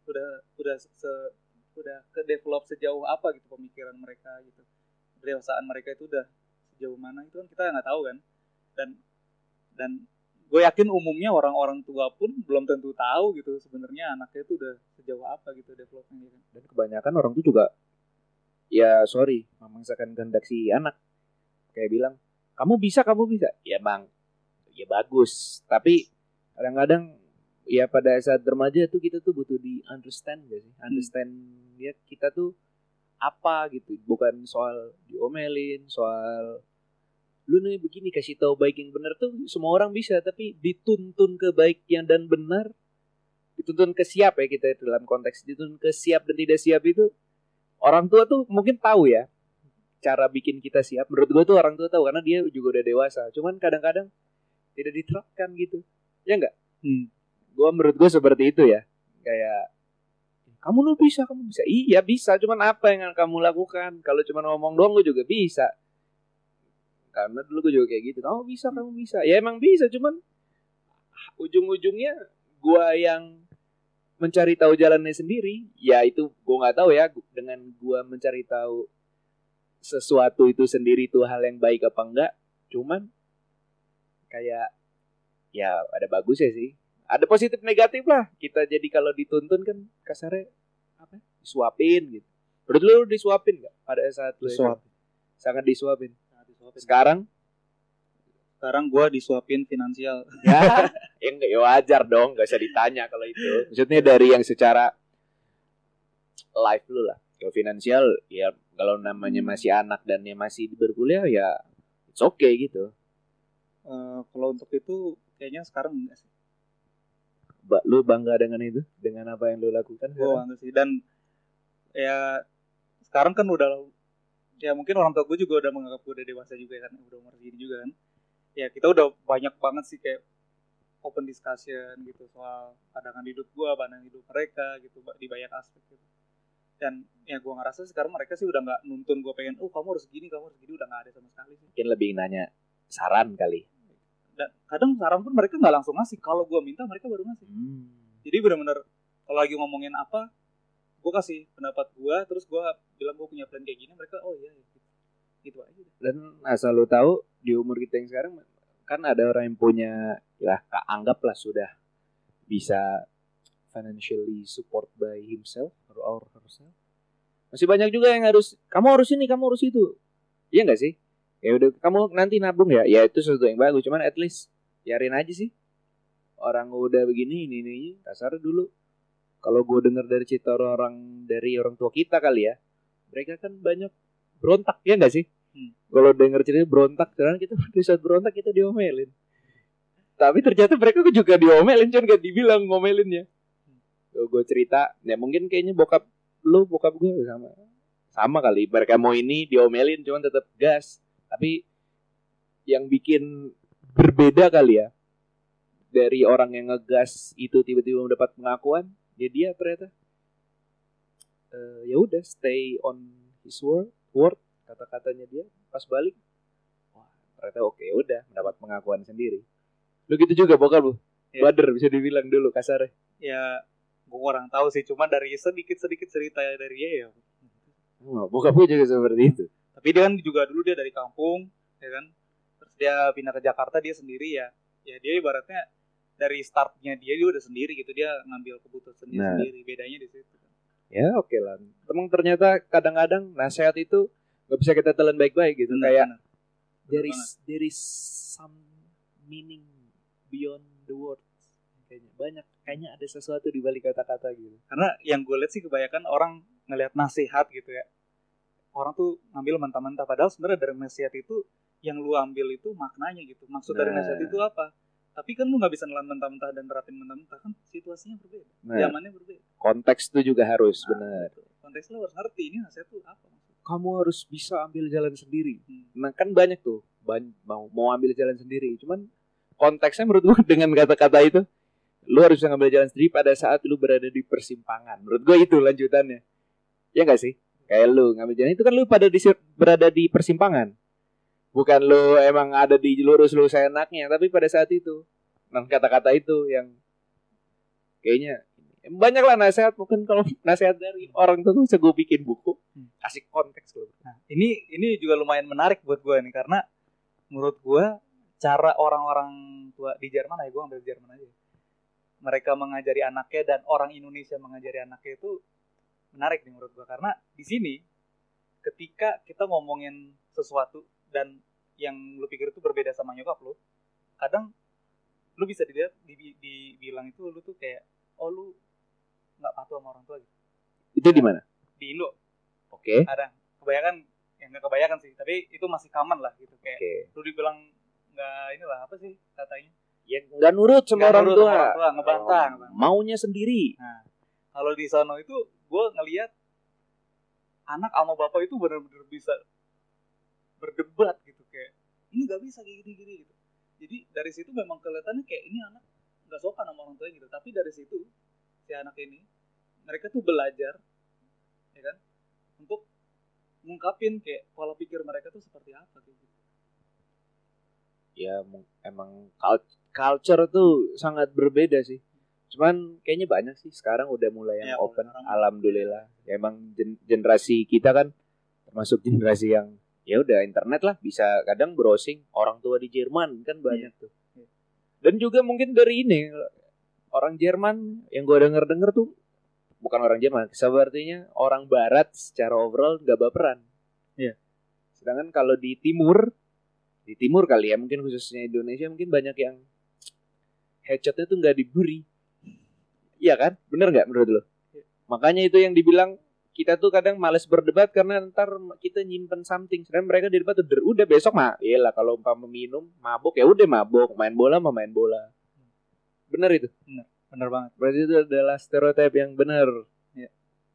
ke develop sejauh apa gitu pemikiran mereka gitu, kedewasaan mereka itu udah sejauh mana itu kan kita nggak tahu kan. Dan gue yakin umumnya orang-orang tua pun belum tentu tahu gitu sebenarnya anaknya itu udah sejauh apa gitu developnya gitu. Dan kebanyakan orang tuh juga ya sorry memaksakan kehendak si anak, kayak bilang kamu bisa ya bang, ya bagus, tapi kadang-kadang ya pada saat remaja tuh kita tuh butuh di understand gak sih, understand ya kita tuh apa gitu, bukan soal diomelin, soal lu nih begini, kasih tahu baik yang benar tuh semua orang bisa, tapi dituntun ke baik yang dan benar, dituntun ke siap ya, kita dalam konteks dituntun ke siap dan tidak siap itu orang tua tuh mungkin tahu ya cara bikin kita siap. Menurut gue tuh orang tua tahu karena dia juga udah dewasa. Cuman kadang-kadang tidak diterapkan gitu. Ya enggak? Menurut gue seperti itu ya. Kayak kamu lu bisa, kamu bisa. Iya bisa, cuman apa yang kamu lakukan? Kalau cuma ngomong doang gue juga bisa. Karena dulu gue juga kayak gitu. Kamu bisa. Ya emang bisa, cuman ujung-ujungnya gue yang mencari tahu jalannya sendiri. Ya itu gue nggak tahu ya, dengan gue mencari tahu sesuatu itu sendiri itu hal yang baik apa enggak. Cuman kayak ya ada bagusnya sih, ada positif negatif lah. Kita jadi kalau dituntun kan kasarnya apa? Disuapin gitu. Menurut lu disuapin nggak pada saat lu Disuapin. Sangat disuapin. Sekarang gue disuapin finansial. ya enggak, ya wajar dong, nggak usah ditanya kalau itu. Maksudnya dari yang secara life lu lah. Kalau finansial ya kalau namanya masih anak dan yang masih berkuliah ya it's okay gitu. Kalau untuk itu kayaknya sekarang enggak sih. Lu bangga dengan itu, dengan apa yang lu lakukan? Gue bangga sih. Dan ya sekarang kan udah, ya mungkin orang tua gue juga udah menganggap gue udah dewasa juga kan, udah umur segini juga kan. Ya kita udah banyak banget sih kayak open discussion gitu soal pandangan hidup gue, pandangan hidup mereka gitu di banyak aspek gitu. Dan ya gue ngerasa sekarang mereka sih udah nggak nuntun gue pengen, kamu harus gini, udah nggak ada sama sekali sih. Mungkin lebih nanya saran kali. Dan kadang saran pun mereka nggak langsung ngasih, kalau gue minta mereka baru ngasih. Jadi benar-benar kalau lagi ngomongin apa, gue kasih pendapat gue, terus gue bilang gue punya plan kayak gini, mereka oh iya gitu aja. Dan asal lu tahu di umur kita yang sekarang kan ada orang yang punya ya anggaplah sudah bisa financially support by himself or herself. Masih banyak juga yang harus kamu harus ini, kamu harus itu. Iya enggak sih? Ya udah kamu nanti nabung ya. Ya itu sesuatu yang bagus, cuman at least biarin aja sih. Orang udah begini ini kasar dulu. Kalau gue dengar dari cerita dari orang tua kita kali ya, mereka kan banyak berontak, ya enggak sih? Kalau denger cerita berontak, karena kita di saat berontak kita diomelin. Tapi ternyata mereka juga diomelin, cuman gak dibilang ngomelinnya. Gue cerita, ya mungkin kayaknya bokap gue sama kali. Mereka mau ini diomelin, cuman tetap gas. Tapi yang bikin berbeda kali ya, dari orang yang ngegas itu tiba-tiba mendapat pengakuan, dia ternyata ya udah stay on his word. Kata-katanya dia pas balik, wah ternyata oke, udah mendapat pengakuan sendiri. Lu gitu juga bokap lu? Ya. Bader bisa dibilang dulu kasarnya. Ya gue kurang tahu sih, cuma dari sedikit cerita dari dia ya. Bokap gue juga seperti itu. Tapi dia kan juga dulu dia dari kampung, ya kan. Terus dia pindah ke Jakarta dia sendiri ya. Ya dia ibaratnya dari startnya dia udah sendiri gitu, dia ngambil keputusan sendiri. Bedanya di situ. Ya oke lah. Emang ternyata kadang-kadang nasihat itu gak bisa kita telan baik-baik gitu. Kayak there is some meaning beyond the words. Kayaknya ada sesuatu di balik kata-kata gitu. Karena yang gue lihat sih kebanyakan orang ngelihat nasihat gitu ya, orang tuh ngambil mentah-mentah, padahal sebenarnya dari nasihat itu yang lu ambil itu maknanya gitu. Maksud dari nasihat itu apa? Tapi kan lu gak bisa nelan mentah-mentah dan terapin mentah-mentah, kan situasinya berbeda, zamannya berbeda. Konteks itu juga harus benar. Konteks lu harus ngerti ini nasihat itu apa. Kamu harus bisa ambil jalan sendiri. Nah kan banyak tuh mau ambil jalan sendiri. Cuman konteksnya menurut gue dengan kata-kata itu, lu harus bisa ngambil jalan sendiri pada saat lu berada di persimpangan. Menurut gue itu lanjutannya. Ya nggak sih? Kayak lu ngambil jalan itu kan lu berada di persimpangan. Bukan lu emang ada di lurus lu seenaknya, tapi pada saat itu. Nah, kata-kata itu yang kayaknya banyak lah nasihat. Mungkin kalau nasihat dari orang tuh bisa gue bikin buku, kasih konteks lu. Nah, ini juga lumayan menarik buat gue nih, karena menurut gue cara orang-orang tua di Jerman, gue ambil Jerman aja, mereka mengajari anaknya dan orang Indonesia mengajari anaknya itu menarik nih menurut gue. Karena di sini ketika kita ngomongin sesuatu dan yang lu pikir itu berbeda sama nyokap lu, kadang lu bisa dilihat dibilang itu lu tuh kayak, oh lu nggak patuh sama orang tua gitu. Itu di mana? Di Indo. Oke. Ada kebanyakan, yang nggak kebanyakan sih, tapi itu masih common lah gitu, kayak lu dibilang nggak, inilah apa sih katanya, Ya nggak nurut sama orang tua, ngebantah. Maunya sendiri. Nah, kalau di sono itu gue ngelihat anak sama bapak itu benar-benar bisa berdebat gitu, kayak ini nggak bisa kayak gini gitu. Jadi dari situ memang kelihatannya kayak ini anak nggak sopan sama orang tuanya gitu. Tapi dari situ si anak ini, mereka tuh belajar, ya kan, untuk ngungkapin kayak pola pikir mereka tuh seperti apa gitu. Ya emang culture tuh sangat berbeda sih. Cuman kayaknya banyak sih sekarang udah mulai yang open. Alhamdulillah. Ya, emang generasi kita kan termasuk generasi yang ya udah internet lah, bisa kadang browsing orang tua di Jerman kan banyak tuh. Dan juga mungkin dari ini orang Jerman yang gue denger tuh bukan orang Jerman, sepertinya orang Barat secara overall nggak baperan. Iya. Sedangkan kalau di timur kali ya, mungkin khususnya Indonesia, mungkin banyak yang headshotnya tuh nggak diberi. Iya kan? Bener nggak menurut lo? Makanya itu yang dibilang kita tuh kadang males berdebat karena ntar kita nyimpen something. Sedangkan mereka di debat tuh udah besok mah. Iyalah kalau umpama minum, mabuk ya udah mabuk, main bola mah main bola. Bener itu? Bener banget. Berarti itu adalah stereotip yang benar. Ya.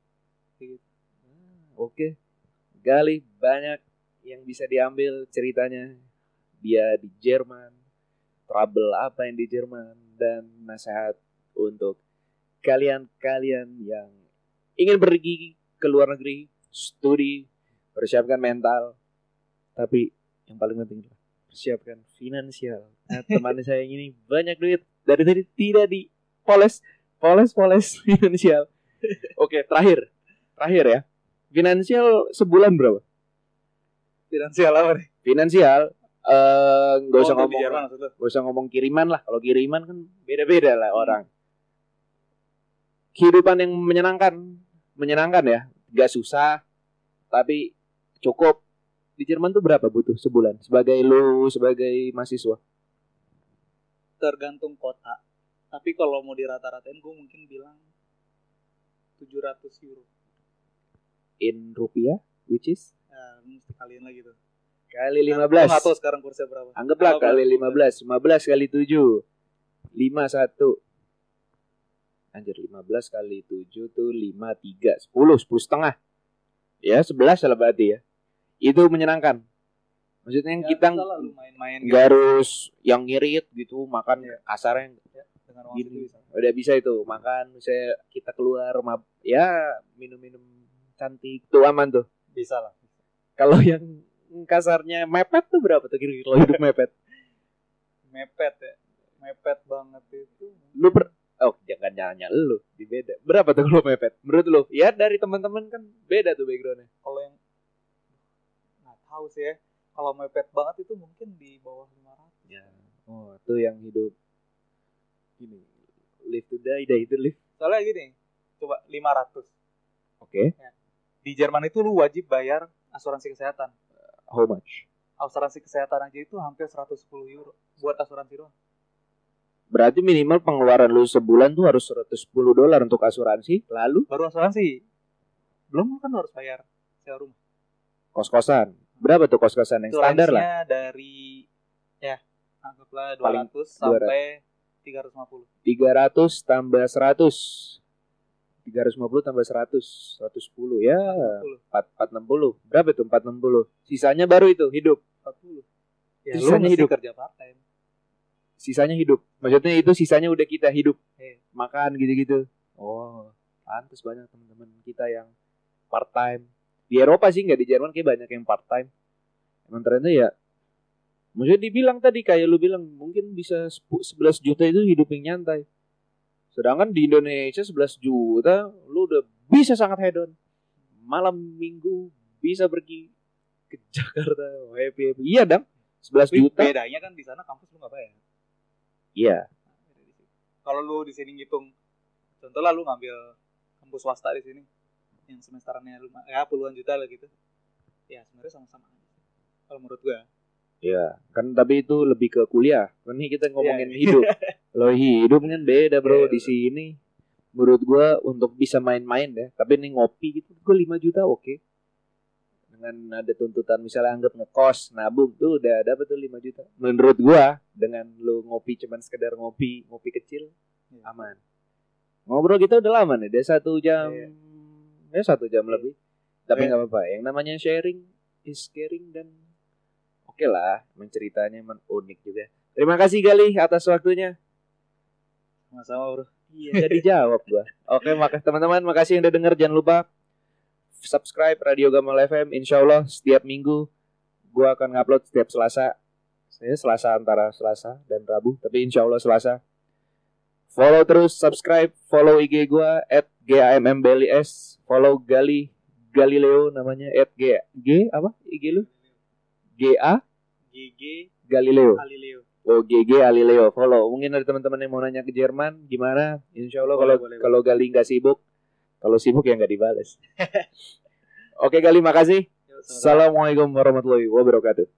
Oke. Gali banyak yang bisa diambil ceritanya. Dia di Jerman, trouble apa yang di Jerman, dan nasihat untuk kalian-kalian yang ingin pergi ke luar negeri, studi, persiapkan mental, tapi yang paling penting adalah persiapkan finansial. Nah, teman saya ini banyak duit, dari tadi tidak dipoles finansial. Oke, terakhir ya. Finansial sebulan berapa? Finansial apa nih? Finansial nggak usah ngomong, nggak usah ngomong kiriman lah. Kalau kiriman kan beda-beda lah orang. Kehidupan yang menyenangkan ya, nggak susah, tapi cukup. Di Jerman tuh berapa butuh sebulan sebagai mahasiswa? Tergantung kota. Tapi kalau mau dirata-ratain, gue mungkin bilang 700 euro. In rupiah, which is? Mesti kalian lagi tuh. Kali 15. Gue nggak tahu sekarang kursnya berapa. Anggaplah kali 15. 15 kali 7. 51. Anjir, 15 kali 7 tuh 5, 3, 10 setengah. Ya 11 lah berarti ya. Itu menyenangkan. Maksudnya yang kita nggak harus yang ngirit gitu, makan kasarnya gini. Udah bisa itu makan, misalnya kita keluar ya minum-minum cantik tuh aman tuh. Bisa lah. Kalau yang kasarnya mepet tuh berapa tuh kira-kira kalau hidup mepet? Mepet banget itu. Jangan nanya lu, beda. Berapa tuh kalau mepet? Menurut lu? Ya dari teman-teman kan beda tuh backgroundnya. Kalau yang nggak tahu sih ya. Kalau mepet banget itu mungkin di bawah 500. Ya. Oh, tuh yang hidup ini live to die itu live. Soalnya gini, coba 500. Oke. Ya. Di Jerman itu lu wajib bayar asuransi kesehatan. How much? Asuransi kesehatan aja itu hampir 110 euro buat asuransi doang. Berarti minimal pengeluaran lu sebulan tuh harus $110 untuk asuransi, lalu baru asuransi. Belum kan harus bayar sewa rumah. Kos-kosan. Berapa tuh kos-kosan yang standar lah? Dari ya anggaplah 200 paling sampai 350. 300 tambah 100. 350 tambah 100, 110 ya 460. Berapa tuh 460? Sisanya baru itu hidup. 40. Ya, sisanya hidup kerja part time. Sisanya hidup. Maksudnya itu sisanya udah kita hidup. Makan gitu-gitu. Oh, pantas banyak teman-teman kita yang part time. Di Eropa sih, nggak di Jerman, kayak banyak yang part time. Emang ternyata ya, maksudnya dibilang tadi kayak lu bilang mungkin bisa 11 juta itu hidup yang nyantai. Sedangkan di Indonesia 11 juta lu udah bisa sangat hedon. Malam minggu bisa pergi ke Jakarta, happy. Iya dong, 11 Tapi juta. bedanya kan di sana kampus lu nggak bayar. Iya. Kalau lu di sini ngitung, contoh lah lu ngambil kampus swasta di sini, yang semesterannya ya puluhan juta lah gitu. Ya sebenarnya sama-sama aja. Kalau menurut gua. Iya, kan tapi itu lebih ke kuliah. Kan ini kita ngomongin Iya. hidup. Kalau hidup kan beda, Bro. Iya, Di sini menurut gua untuk bisa main-main ya. Tapi ini ngopi gitu gua 5 juta oke. Dengan ada tuntutan misalnya anggap ngekos, nabung tuh udah dapat tuh 5 juta. Menurut gua dengan lu ngopi cuman sekedar ngopi kecil aman. Ngobrol kita udah lama nih, udah 1 jam. Ya 1 jam lebih. Tapi Iya. nggak apa-apa. Yang namanya sharing is caring dan oke lah, ceritanya emang unik juga. Terima kasih Galih atas waktunya. Sama-sama, Bro. Iya, jadi jawab gua. Oke, makasih teman-teman, makasih yang udah denger. Jangan lupa subscribe Radio Gamal FM. Insyaallah setiap minggu gua akan ngupload setiap Selasa. Saya Selasa antara Selasa dan Rabu, tapi insyaallah Selasa. Follow terus, subscribe, follow IG gua @GAMMBLIS, follow Galileo namanya @G apa IG lu? GA GG Galileo. Galileo. Oh, GG Galileo, follow. Mungkin ada teman-teman yang mau nanya ke Jerman gimana? Insya Allah Boleh. kalau Gali nggak sibuk, kalau sibuk ya nggak dibales. Oke Gali, makasih. Yuk, sama-sama. Assalamualaikum warahmatullahi wabarakatuh.